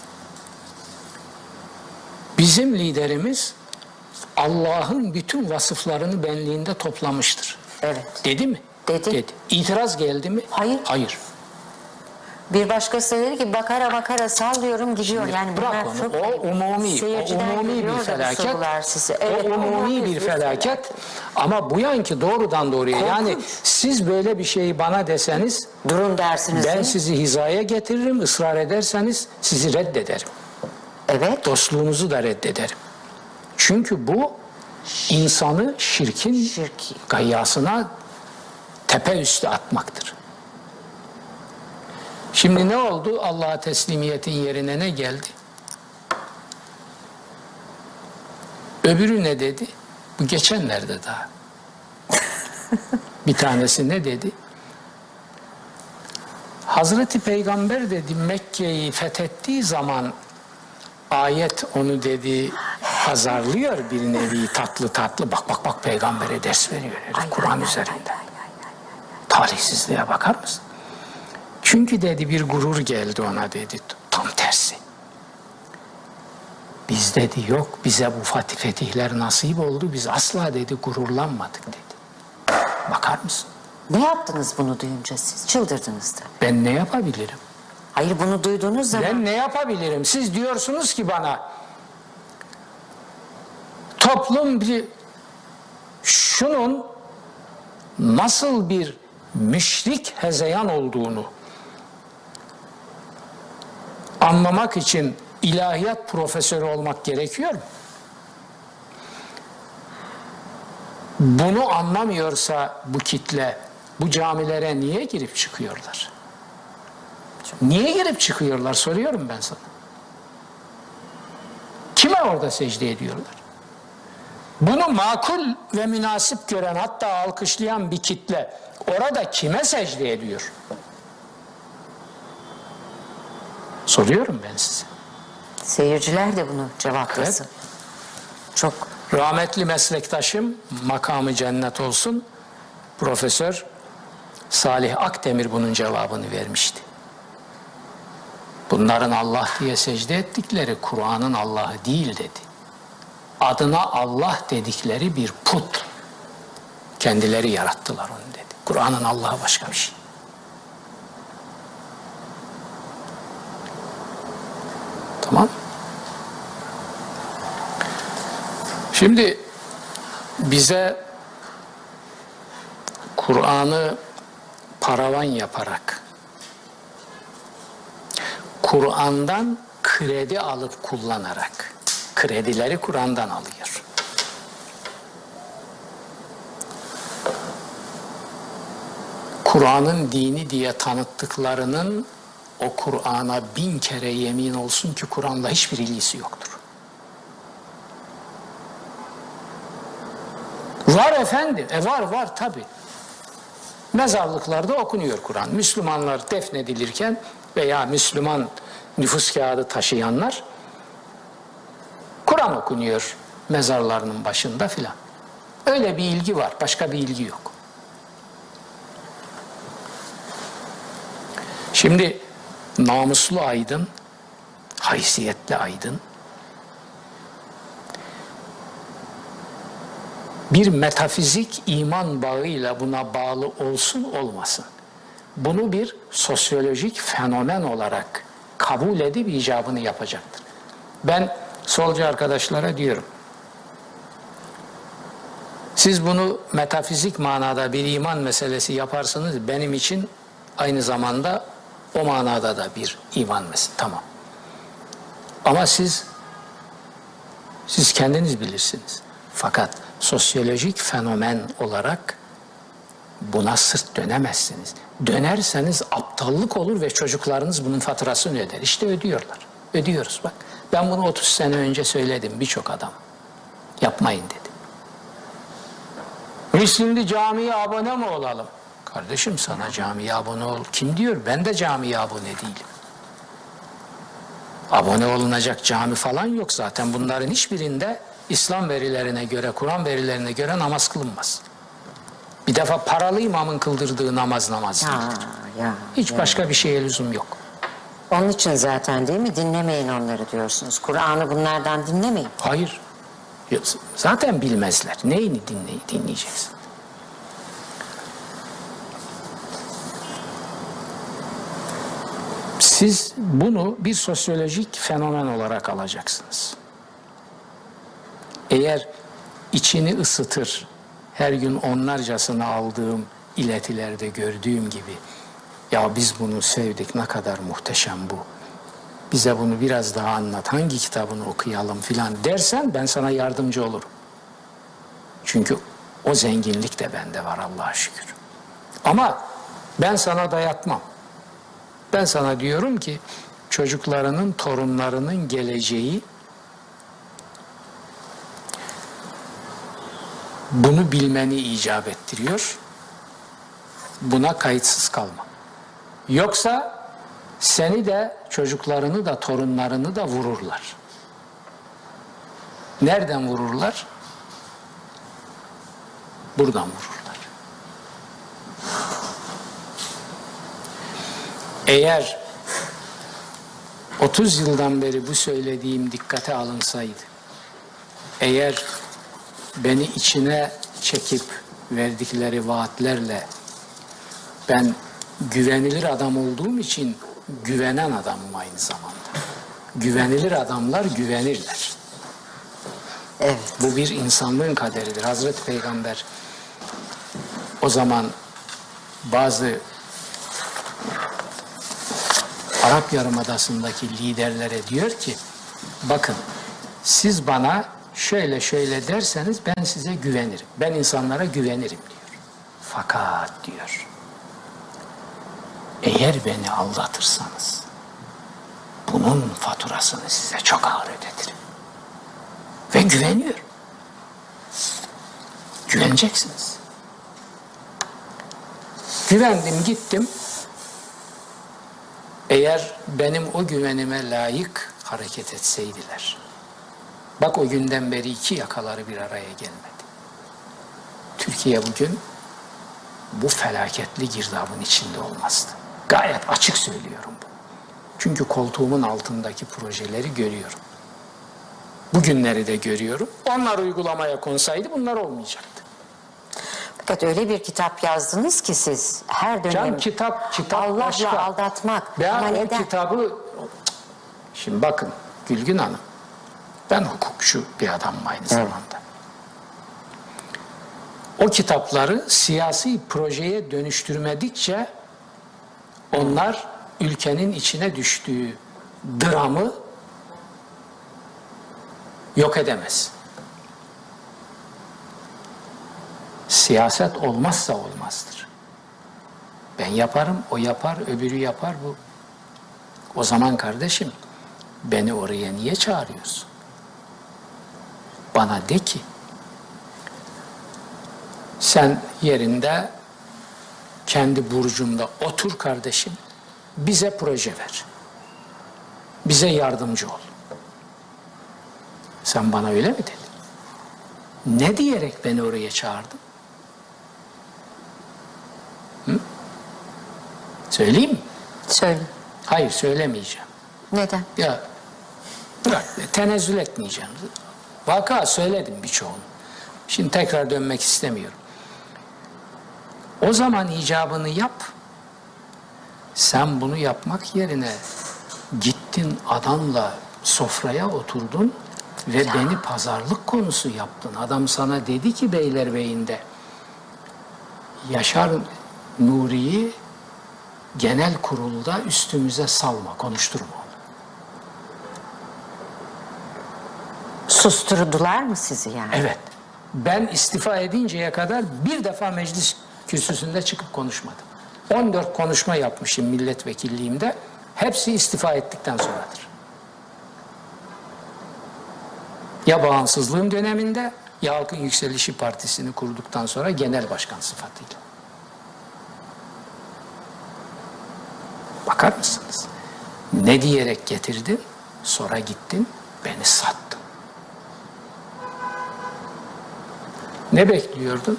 Bizim liderimiz Allah'ın bütün vasıflarını benliğinde toplamıştır. Evet. Dedi mi? Dedi. İtiraz geldi mi? Hayır. Hayır. Bir başkası dedi ki bakara bakara sallıyorum gidiyor. Yani Bırak bunlar onu. çok O umumi, o seyirciden umumi geliyor bir da bu felaket. sorular size. Evet, o umumi bir felaket. Ama bu yanki doğrudan doğruya. Yani siz böyle bir şeyi bana deseniz Durun dersiniz ben değil mi? sizi hizaya getiririm. Israr ederseniz sizi reddederim. Evet. Dostluğunuzu da reddederim. Çünkü bu insanı şirkin Şirki. gayyasına tepe üstü atmaktır. Şimdi ne oldu? Allah'a teslimiyetin yerine ne geldi? Öbürü ne dedi? Bu geçenlerde daha. Bir tanesi ne dedi? Hazreti Peygamber dedi Mekke'yi fethettiği zaman ayet onu dedi azarlıyor bir nevi tatlı tatlı. Bak bak bak peygambere ders veriyor herif Kur'an üzerinde. Talihsizliğe bakar mısın? Çünkü dedi bir gurur geldi ona dedi. Tam tersi. Biz dedi yok bize bu fatih fetihler nasip oldu. Biz asla dedi gururlanmadık dedi. Bakar mısın? Ne yaptınız bunu duyunca siz? Çıldırdınız da. Ben ne yapabilirim? Hayır bunu duyduğunuz zaman Ben ne yapabilirim? Siz diyorsunuz ki bana toplum bir şunun nasıl bir müşrik hezeyan olduğunu anlamak için ilahiyat profesörü olmak gerekiyor mu? Bunu anlamıyorsa bu kitle bu camilere niye girip çıkıyorlar? Niye girip çıkıyorlar soruyorum ben sana. Kime orada secde ediyorlar? Bunu makul ve münasip gören hatta alkışlayan bir kitle orada kime secde ediyor? Soruyorum ben size. seyirciler de bunu cevaplasın. Evet. Çok Rahmetli meslektaşım, makamı cennet olsun, Profesör Salih Akdemir bunun cevabını vermişti. Bunların Allah diye secde ettikleri Kur'an'ın Allah'ı değil dedi. Adına Allah dedikleri bir put. Kendileri yarattılar onu dedi. Kur'an'ın Allah'ı başka bir şey. Tamam. Şimdi bize Kur'an'ı paravan yaparak Kur'an'dan kredi alıp kullanarak kredileri Kur'an'dan alıyor. Kur'an'ın dini diye tanıttıklarının o Kur'an'a bin kere yemin olsun ki Kur'an'la hiçbir ilgisi yoktur. Var efendim, e var var tabi. Mezarlıklarda okunuyor Kur'an. Müslümanlar defnedilirken veya Müslüman nüfus kağıdı taşıyanlar Kur'an okunuyor mezarlarının başında filan. Öyle bir ilgi var, başka bir ilgi yok. Şimdi namuslu aydın, haysiyetli aydın bir metafizik iman bağıyla buna bağlı olsun olmasın. Bunu bir sosyolojik fenomen olarak kabul edip icabını yapacaktır. Ben solcu arkadaşlara diyorum. Siz bunu metafizik manada bir iman meselesi yaparsınız. Benim için aynı zamanda o manada da bir iman meselesi. Tamam. Ama siz siz kendiniz bilirsiniz. Fakat sosyolojik fenomen olarak buna sırt dönemezsiniz. Dönerseniz aptallık olur ve çocuklarınız bunun faturasını öder. İşte ödüyorlar. Ödüyoruz bak. Ben bunu otuz sene önce söyledim birçok adam. Yapmayın dedim. Biz şimdi camiye abone mi olalım? Kardeşim sana camiye abone ol. Kim diyor? Ben de camiye abone değilim. Abone olunacak cami falan yok zaten. Bunların hiçbirinde İslam verilerine göre, Kur'an verilerine göre namaz kılınmaz. Bir defa paralı imamın kıldırdığı namaz namaz değildir. Ya, ya, Hiç ya. başka bir şeye lüzum yok. Onun için zaten değil mi? Dinlemeyin onları diyorsunuz. Kur'an'ı bunlardan dinlemeyin. Hayır. Zaten bilmezler. Neyini dinley dinleyeceksin? Siz bunu bir sosyolojik fenomen olarak alacaksınız. Eğer içini ısıtır, her gün onlarcasını aldığım iletilerde gördüğüm gibi, ya biz bunu sevdik, ne kadar muhteşem bu, bize bunu biraz daha anlat, hangi kitabını okuyalım filan dersen ben sana yardımcı olurum. Çünkü o zenginlik de bende var Allah'a şükür. Ama ben sana dayatmam. Ben sana diyorum ki çocuklarının, torunlarının geleceği bunu bilmeni icap ettiriyor. Buna kayıtsız kalma. Yoksa seni de, çocuklarını da, torunlarını da vururlar. Nereden vururlar? Buradan vururlar. Eğer otuz yıldan beri bu söylediğim dikkate alınsaydı, eğer beni içine çekip verdikleri vaatlerle ben güvenilir adam olduğum için güvenen adamım aynı zamanda. Güvenilir adamlar güvenirler. Evet. Bu bir insanlığın kaderidir. Hazreti Peygamber o zaman bazı Arap Yarımadası'ndaki liderlere diyor ki, bakın siz bana şöyle şöyle derseniz ben size güvenirim. Ben insanlara güvenirim diyor. Fakat diyor, eğer beni aldatırsanız bunun faturasını size çok ağır ödetirim. Ve güveniyor. Güveneceksiniz. Güvendim, gittim. Eğer benim o güvenime layık hareket etseydiler, bak o günden beri iki yakaları bir araya gelmedi. Türkiye bugün bu felaketli girdabın içinde olmazdı. Gayet açık söylüyorum bunu. Çünkü koltuğumun altındaki projeleri görüyorum. Bugünleri de görüyorum. Onlar uygulamaya konsaydı bunlar olmayacaktı. Fakat öyle bir kitap yazdınız ki siz her dönem Can kitap, kitap Allah'la başka. aldatmak. Ben Ama o neden? kitabı... Şimdi bakın Gülgün Hanım, ben hukukçu bir adamım aynı zamanda. O kitapları siyasi projeye dönüştürmedikçe onlar ülkenin içine düştüğü dramı yok edemez. Siyaset olmazsa olmazdır. Ben yaparım, o yapar, öbürü yapar bu. O zaman kardeşim, beni oraya niye çağırıyorsun? Bana de ki, sen yerinde, kendi burcunda otur kardeşim, bize proje ver. Bize yardımcı ol. Sen bana öyle mi dedin? Ne diyerek beni oraya çağırdın? Hı? Söyleyeyim mi? Söyle. Hayır, söylemeyeceğim. Neden? Ya bırak, tenezzül etmeyeceğim. Vaka söyledim birçoğunu. Şimdi tekrar dönmek istemiyorum. O zaman icabını yap. Sen bunu yapmak yerine gittin adamla sofraya oturdun ve beni pazarlık konusu yaptın. Adam sana dedi ki Beylerbeyi'nde Yaşar Nuri'yi genel kurulda üstümüze salma, konuşturma onu. Susturdular mı sizi yani? Evet. Ben istifa edinceye kadar bir defa meclis kürsüsünde çıkıp konuşmadım. on dört konuşma yapmışım milletvekilliğimde. Hepsi istifa ettikten sonradır. Ya bağımsızlığım döneminde ya Halkın Yükselişi Partisi'ni kurduktan sonra genel başkan sıfatıyla. Bakar mısınız? Ne diyerek getirdin? Sonra gittin, beni sattın. Ne bekliyordun?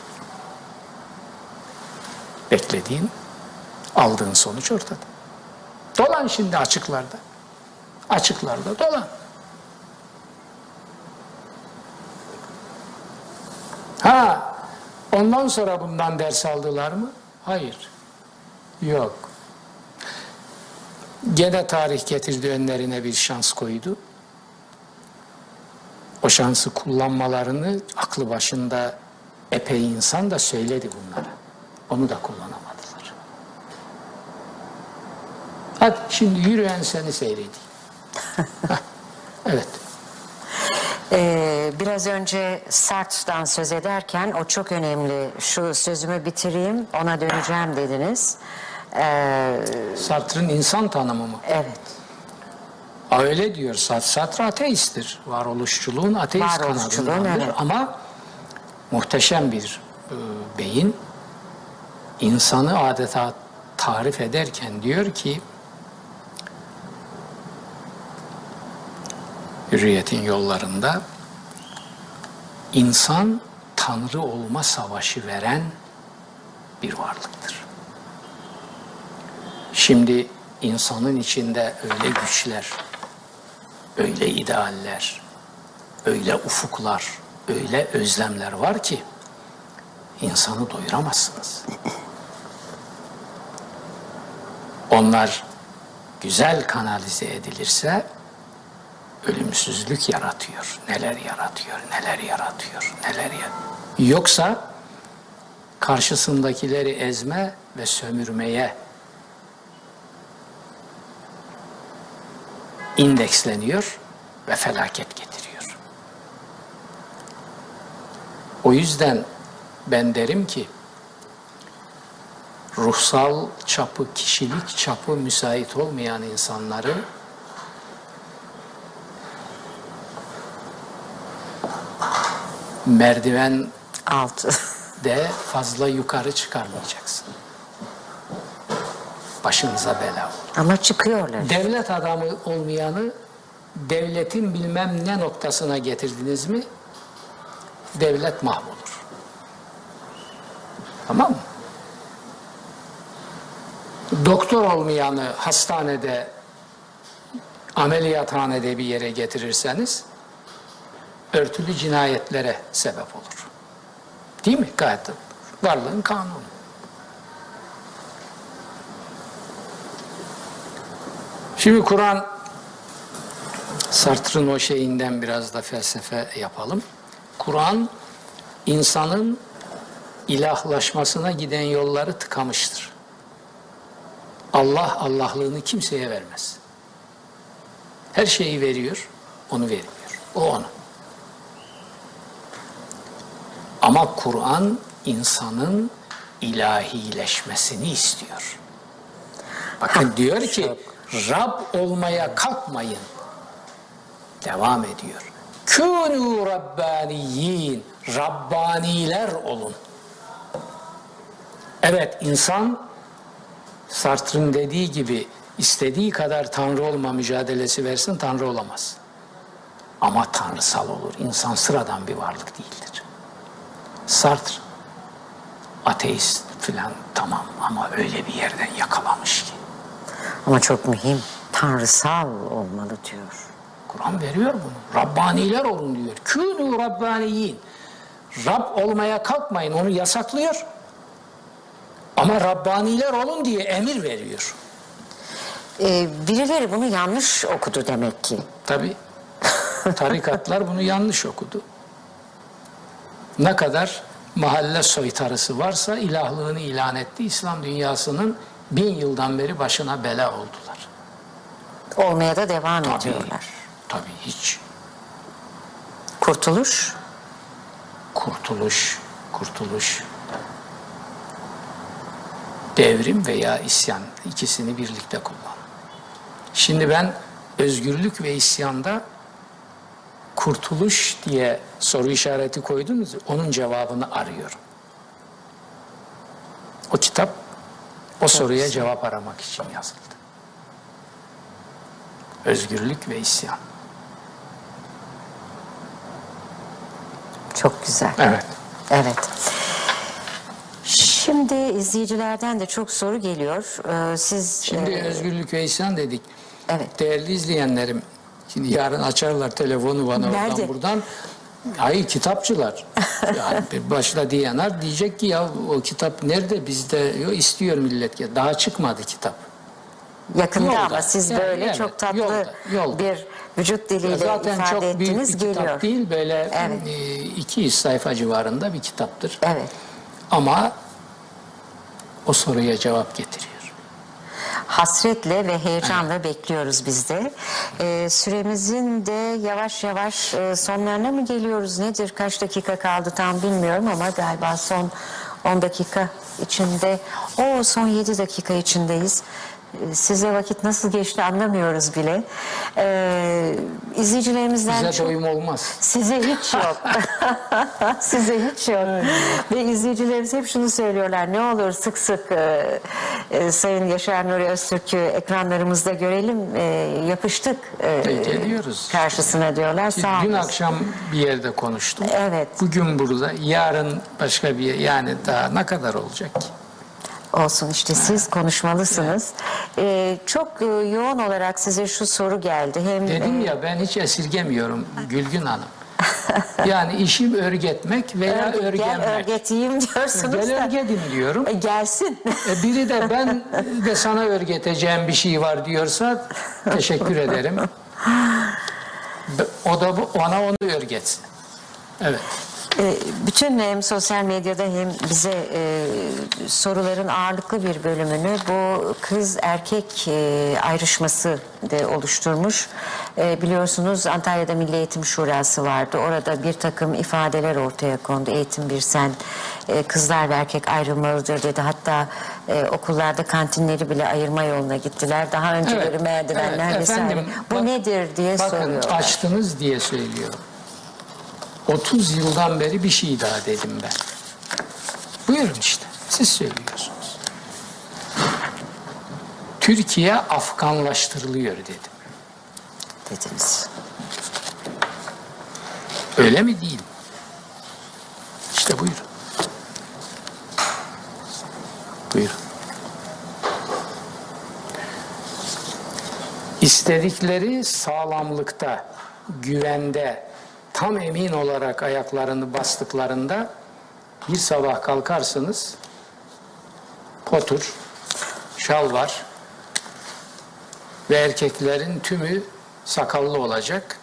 Beklediğin, aldığın sonuç ortada. Dolan şimdi açıklarda. Açıklarda dolan. Ha, ondan sonra bundan ders aldılar mı? Hayır. Yok. Gene tarih getirdi önlerine bir şans koydu. O şansı kullanmalarını aklı başında epey insan da söyledi bunlara. Onu da kullanamadılar. Hadi şimdi yürüyen seni seyredeyim. Evet. Ee, biraz önce Sartre'dan söz ederken o çok önemli. Şu sözümü bitireyim, ona döneceğim dediniz. Ee, Sartre'ın insan tanımı mı? evet. Aa, öyle diyor. Sartre ateisttir. Varoluşçuluğun ateist Varoluşçuluğun, kanadındandır. evet. Ama muhteşem bir e, beyin. İnsanı adeta tarif ederken diyor ki Hürriyet'in yollarında insan Tanrı olma savaşı veren bir varlıktır. Şimdi insanın içinde öyle güçler, öyle idealler, öyle ufuklar, öyle özlemler var ki insanı doyuramazsınız. Onlar güzel kanalize edilirse ölümsüzlük yaratıyor. Neler yaratıyor, neler yaratıyor, neler yaratıyor. Yoksa karşısındakileri ezme ve sömürmeye indeksleniyor ve felaket getiriyor. O yüzden ben derim ki ruhsal çapı, kişilik çapı müsait olmayan insanları merdiven Altı. de fazla yukarı çıkarmayacaksın. Başınıza bela olur. Ama çıkıyorlar. Devlet adamı olmayanı devletin bilmem ne noktasına getirdiniz mi devlet mahvolur. Tamam mı? Doktor olmayanı hastanede, ameliyathanede bir yere getirirseniz örtülü cinayetlere sebep olur. Değil mi? Gayet de varlığın kanunu. Şimdi Kur'an, Sartre'ın o şeyinden biraz da felsefe yapalım. Kur'an insanın ilahlaşmasına giden yolları tıkamıştır. Allah Allah'lığını kimseye vermez. Her şeyi veriyor, onu vermiyor. O onu. Ama Kur'an insanın ilahileşmesini istiyor. Bakın diyor ki Rab olmaya kalkmayın. Devam ediyor. Kûnû rabbaniyin. Rabbaniler olun. Evet, insan Sartre'ın dediği gibi istediği kadar Tanrı olma mücadelesi versin, Tanrı olamaz. Ama tanrısal olur. İnsan sıradan bir varlık değildir. Sartre ateist filan tamam ama öyle bir yerden yakalamış ki. Ama çok mühim. Tanrısal olmalı diyor. Kur'an veriyor bunu. Rabbaniler olun diyor. Kûnû rabbaniyin. Rab olmaya kalkmayın, onu yasaklıyor. Ama Rabbaniler olun diye emir veriyor. Ee, birileri bunu yanlış okudu demek ki. Tabii. Tarikatlar bunu yanlış okudu. Ne kadar mahalle soytarısı varsa ilahlığını ilan etti. İslam dünyasının bin yıldan beri başına bela oldular. Olmaya da devam Tabii, ediyorlar. tabii hiç. Kurtuluş. Kurtuluş, kurtuluş. Devrim veya isyan, ikisini birlikte kullan. Şimdi ben özgürlük ve isyanda kurtuluş diye soru işareti koydunuz, onun cevabını arıyorum. O kitap o soruya cevap aramak için yazıldı. Özgürlük ve isyan. Çok güzel. Evet. Evet. Şimdi izleyicilerden de çok soru geliyor. Ee, siz Şimdi e, özgürlük ve isyan dedik. evet. Değerli izleyenlerim, şimdi yarın açarlar telefonu bana Nerede? oradan buradan. Hayır, kitapçılar. Yani başta diyenler diyecek ki ya o kitap nerede, bizde yok, istiyor millet. Daha çıkmadı kitap. Yakında Yolda. ama siz Yani böyle evet, çok tatlı yolda, yolda. bir vücut diliyle Zaten ifade çok büyük ettiniz bir geliyor. kitap değil, böyle Evet. e, iki yüz sayfa civarında bir kitaptır. Evet. Ama o soruya cevap getiriyor. Hasretle ve heyecanla bekliyoruz biz de. Ee, süremizin de yavaş yavaş e, sonlarına mı geliyoruz? Nedir? Kaç dakika kaldı tam bilmiyorum ama galiba son on dakika içinde. O son yedi dakika içindeyiz. Ee, Size vakit nasıl geçti anlamıyoruz bile. Ee, izleyicilerimizden Bize çok... doyum olmaz. Size hiç yok. Size hiç yok. Ve izleyicilerimiz hep şunu söylüyorlar. Ne olur sık sık e, e, Sayın Yaşar Nuri Öztürk'ü ekranlarımızda görelim. E, yapıştık e, Peki, ediyoruz. karşısına diyorlar. Sağ Dün olun. akşam bir yerde konuştum. Evet. Bugün burada, yarın başka bir yer. Yani daha ne kadar olacak ki? Olsun işte siz konuşmalısınız. E, çok e, yoğun olarak size şu soru geldi. Hem Dedim e, ya, ben hiç esirgemiyorum Gülgün Hanım. Yani işim örgetmek veya örg- gel örgenmek. örgeteyim diyorsunuz Gel da. örgedim diyorum. E, gelsin. E, biri de ben de sana örgeteceğim bir şey var diyorsa teşekkür ederim. O da bu, ona onu örgetsin. Evet. E, Bütün hem sosyal medyada hem bize e, soruların ağırlıklı bir bölümünü bu kız erkek e, ayrışması de oluşturmuş. E, biliyorsunuz Antalya'da Milli Eğitim Şurası vardı. Orada bir takım ifadeler ortaya kondu. Eğitim bir sen e, kızlar ve erkek ayrılmalıdır dedi. Hatta e, okullarda kantinleri bile ayırma yoluna gittiler. Daha önceleri Evet, merdivenler evet, vesaire. efendim, Bu bak- nedir diye Bakın, soruyorlar. açtınız diye söylüyorum. otuz yıldan beri bir şey daha dedim ben. Buyurun işte, siz söylüyorsunuz. Türkiye Afganlaştırılıyor dedim. Dediniz. Öyle mi değil mi? İşte buyurun. Buyurun. İstedikleri sağlamlıkta, güvende, tam emin olarak ayaklarını bastıklarında bir sabah kalkarsınız, potur, şalvar ve erkeklerin tümü sakallı olacak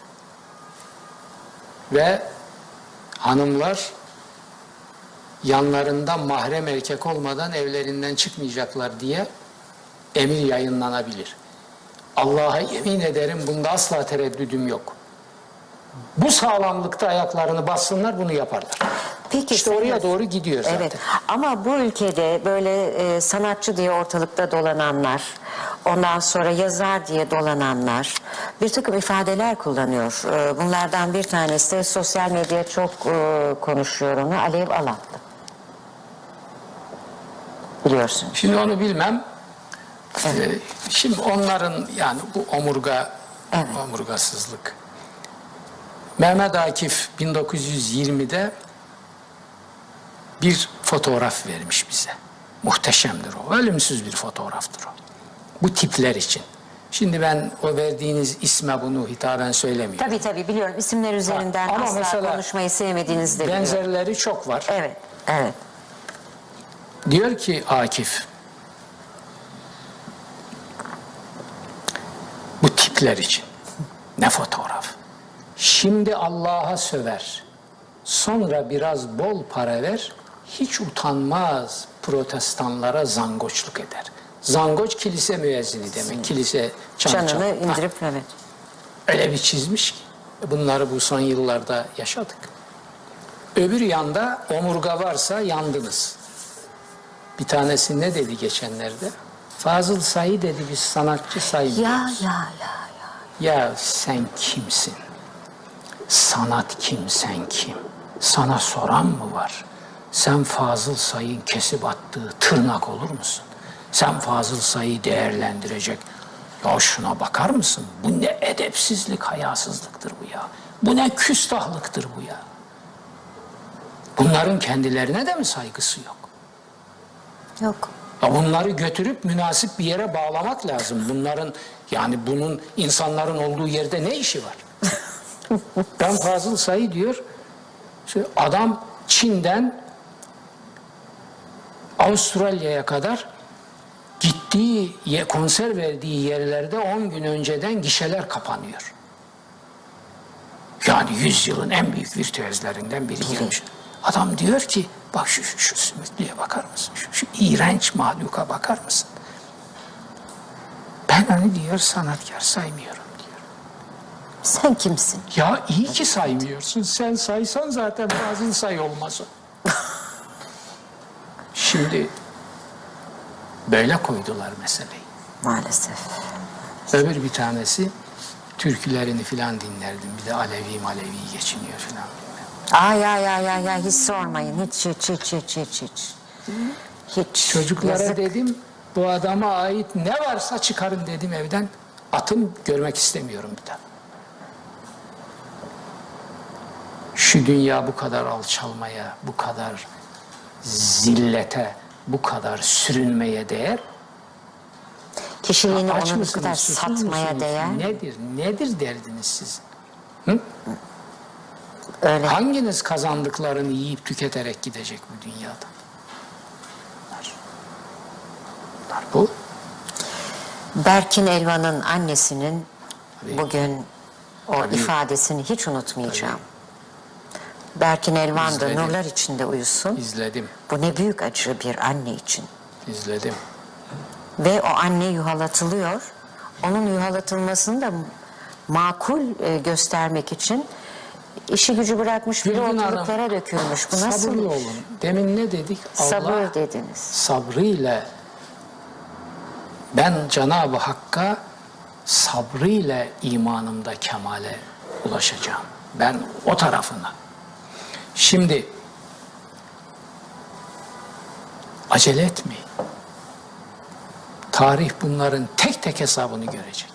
ve hanımlar yanlarında mahrem erkek olmadan evlerinden çıkmayacaklar diye emir yayınlanabilir. Allah'a yemin ederim, bunda asla tereddüdüm yok. Bu sağlamlıkta ayaklarını bassınlar, bunu yaparlar. Peki, İşte oraya sayın- doğru gidiyor zaten. Evet. Ama bu ülkede böyle e, sanatçı diye ortalıkta dolananlar, ondan sonra yazar diye dolananlar bir takım ifadeler kullanıyor. E, bunlardan bir tanesi de sosyal medya çok e, konuşuyor onu. Alev Alatlı. Biliyorsun. Şimdi onu bilmem. Evet. Ee, şimdi onların, yani bu omurga, Evet. omurgasızlık. Mehmet Akif bin dokuz yüz yirmide bir fotoğraf vermiş bize. Muhteşemdir o. Ölümsüz bir fotoğraftır o. Bu tipler için. Şimdi ben o verdiğiniz isme bunu hitaben söylemiyorum. Tabii tabii biliyorum. İsimler üzerinden Ama asla mesela konuşmayı sevmediğinizi de biliyorum. Benzerleri çok var. Evet, evet. Diyor ki Akif, bu tipler için ne fotoğraf. Şimdi Allah'a söver, sonra biraz bol para ver, hiç utanmaz protestanlara zangoçluk eder. Zangoç kilise müezzini demek, kilise çanı Çanını çal. indirip evet. Öyle bir çizmiş ki, bunları bu son yıllarda yaşadık. Öbür yanda omurga varsa yandınız. Bir tanesi ne dedi geçenlerde? Fazıl Say dedi, biz sanatçı saymıyoruz. Ya ya ya ya. Ya sen kimsin? Sanat kim, sen kim? Sana soran mı var? Sen Fazıl Say'ın kesip attığı tırnak olur musun? Sen Fazıl Say'ı değerlendirecek. Ya şuna bakar mısın? Bu ne edepsizlik, hayasızlıktır bu ya. Bu ne küstahlıktır bu ya. Bunların kendilerine de mi saygısı yok? Yok. Ya bunları götürüp münasip bir yere bağlamak lazım. Bunların, yani bunun insanların olduğu yerde ne işi var? Ben Fazıl Say diyor, adam Çin'den Avustralya'ya kadar gittiği, konser verdiği yerlerde on gün önceden gişeler kapanıyor. Yani yüzyılın en büyük virtüözlerinden biri gelmiş. Adam diyor ki, bak şu, şu, şu sümüklüye bakar mısın? Şu, şu iğrenç mahluka bakar mısın? Ben onu diyor sanatkar saymıyorum diyor. Sen kimsin? Ya iyi ki saymıyorsun. Sen saysan zaten Fazıl Say olmaz o. Şimdi böyle koydular meseleyi. Maalesef. Öbür bir tanesi türkülerini filan dinlerdim. Bir de Alevi Malevi geçiniyor filan. Ay ay ay ay ay hiç sormayın. Hiç hiç hiç hiç hiç hiç. Hiç. Çocuklara Yazık. dedim, bu adama ait ne varsa çıkarın dedim evden. Atın, görmek istemiyorum bir daha. Şu dünya bu kadar alçalmaya, bu kadar zillete, bu kadar sürünmeye değer. Kişiliğini Aç ona bu mısınız, kadar susuz satmaya musunuz? değer. Nedir, nedir derdiniz sizin? Hı? Öyle. Hanginiz kazandıklarını yiyip tüketerek gidecek bu dünyada? Bunlar. Bunlar bu. Berkin Elvan'ın annesinin Tabii. bugün o Tabii. ifadesini hiç unutmayacağım. Berkin Elvan da İzledim. nurlar içinde uyusun. İzledim, Bu ne büyük acı bir anne için. izledim. Ve o anne yuhalatılıyor. Onun yuhalatılmasını da makul e, göstermek için işi gücü bırakmış biri Gülbin Hanım, ortalıklara dökülmüş. Bu nasıl? Sabırlı olun. Demin ne dedik? Sabır Allah dediniz. sabrıyla, ben Cenab-ı Hakk'a sabrıyla imanımda kemale ulaşacağım. Ben o tarafına. Şimdi acele etmeyin. Tarih bunların tek tek hesabını görecek.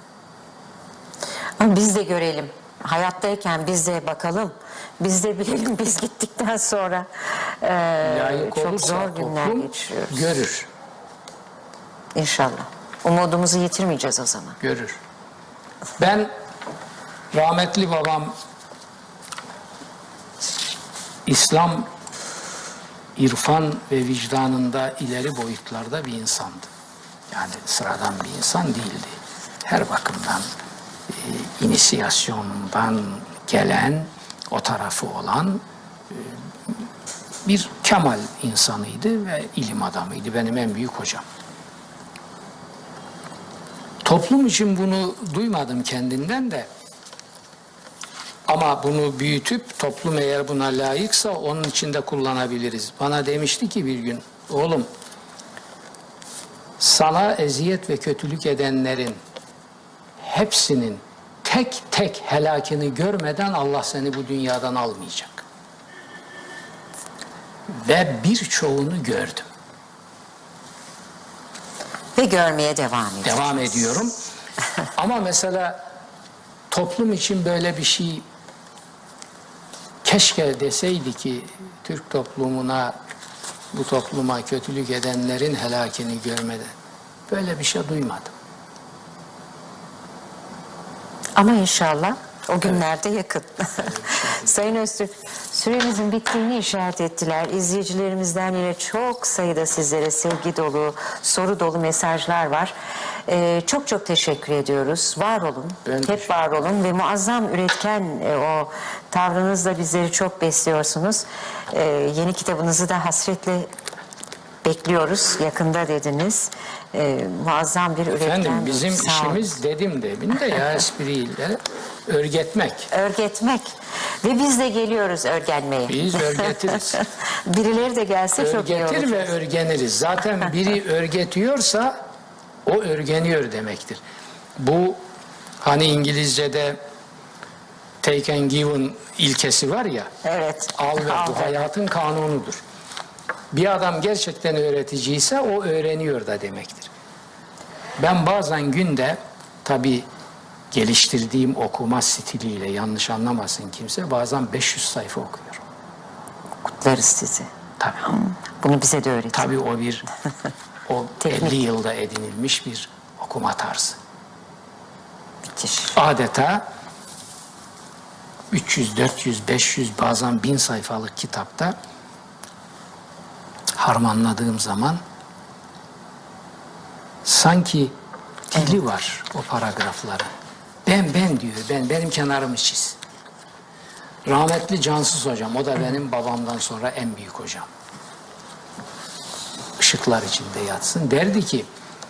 Ama biz de görelim. Hayattayken biz de bakalım. Biz de bilelim biz gittikten sonra e, Layık çok olursa zor günler toplum geçiriyoruz. görür, İnşallah. Umudumuzu yitirmeyeceğiz o zaman. görür. Ben rahmetli babam İslam irfan ve vicdanında ileri boyutlarda bir insandı. Yani sıradan bir insan değildi. Her bakımdan e, inisiyasyondan gelen, o tarafı olan e, bir kemal insanıydı ve ilim adamıydı. Benim en büyük hocam. Toplum için bunu duymadım kendinden de. Ama bunu büyütüp toplum eğer buna layıksa onun için de kullanabiliriz. Bana demişti ki bir gün, oğlum sana eziyet ve kötülük edenlerin hepsinin tek tek helakini görmeden Allah seni bu dünyadan almayacak. Ve birçoğunu gördüm. Ve görmeye devam ediyoruz. Devam ediyorum. Ama mesela toplum için böyle bir şey keşke deseydi ki Türk toplumuna, bu topluma kötülük edenlerin helakini görmeden. Böyle bir şey duymadım. Ama inşallah o günlerde yakın. Sayın Öztürk, süremizin bittiğini işaret ettiler. İzleyicilerimizden yine çok sayıda sizlere sevgi dolu, soru dolu mesajlar var. Ee, çok çok teşekkür ediyoruz. Var olun, Ben hep var olun ve muazzam üretken e, o tavrınızla bizleri çok besliyorsunuz. Ee, yeni kitabınızı da hasretle bekliyoruz. Yakında dediniz. Ee, muazzam bir üretken. Efendim bizim Sağ olun. işimiz dedim demin de ya espriyle örgetmek. Örgetmek. Ve biz de geliyoruz örgenmeye. Biz örgetiriz. Birileri de gelse çok iyi olur. Örgetir ve örgeniriz. Zaten biri örgetiyorsa o örgeniyor demektir. Bu hani İngilizce'de take and given ilkesi var ya. Evet. Al ve Al bu ve. hayatın kanunudur. Bir adam gerçekten öğreticiyse o öğreniyor da demektir. Ben bazen günde tabii geliştirdiğim okuma stiliyle yanlış anlamasın kimse bazen beş yüz sayfa okuyorum. Kutlarız sizi. Tabii. Bunu bize de öğretin. Tabii o bir o Teknik. elli yılda edinilmiş bir okuma tarzı. Müthiş. Adeta üç yüz, dört yüz, beş yüz bazen bin sayfalık kitapta harmanladığım zaman sanki dili var o paragrafların. Ben ben diyor, ben benim kenarımı çiz. Rahmetli Cansız hocam, o da benim babamdan sonra en büyük hocam. Işıklar içinde yatsın. Derdi ki,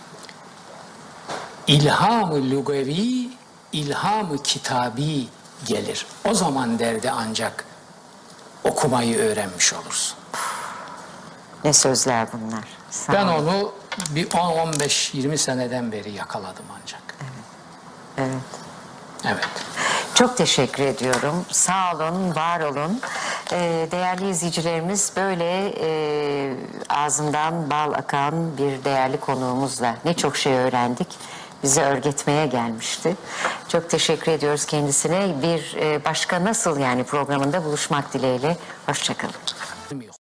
ilham-ı lugavi, ilham-ı kitabi gelir. O zaman derdi ancak okumayı öğrenmiş olursun. Ne sözler bunlar. Sağ Ben olun. onu bir on on beş yirmi seneden beri yakaladım ancak. Evet. Evet. Çok teşekkür ediyorum. Sağ olun, var olun. Ee, değerli izleyicilerimiz böyle e, ağzından bal akan bir değerli konuğumuzla ne çok şey öğrendik. Bizi örgetmeye gelmişti. Çok teşekkür ediyoruz kendisine. Bir e, başka nasıl yani programında buluşmak dileğiyle. Hoşçakalın.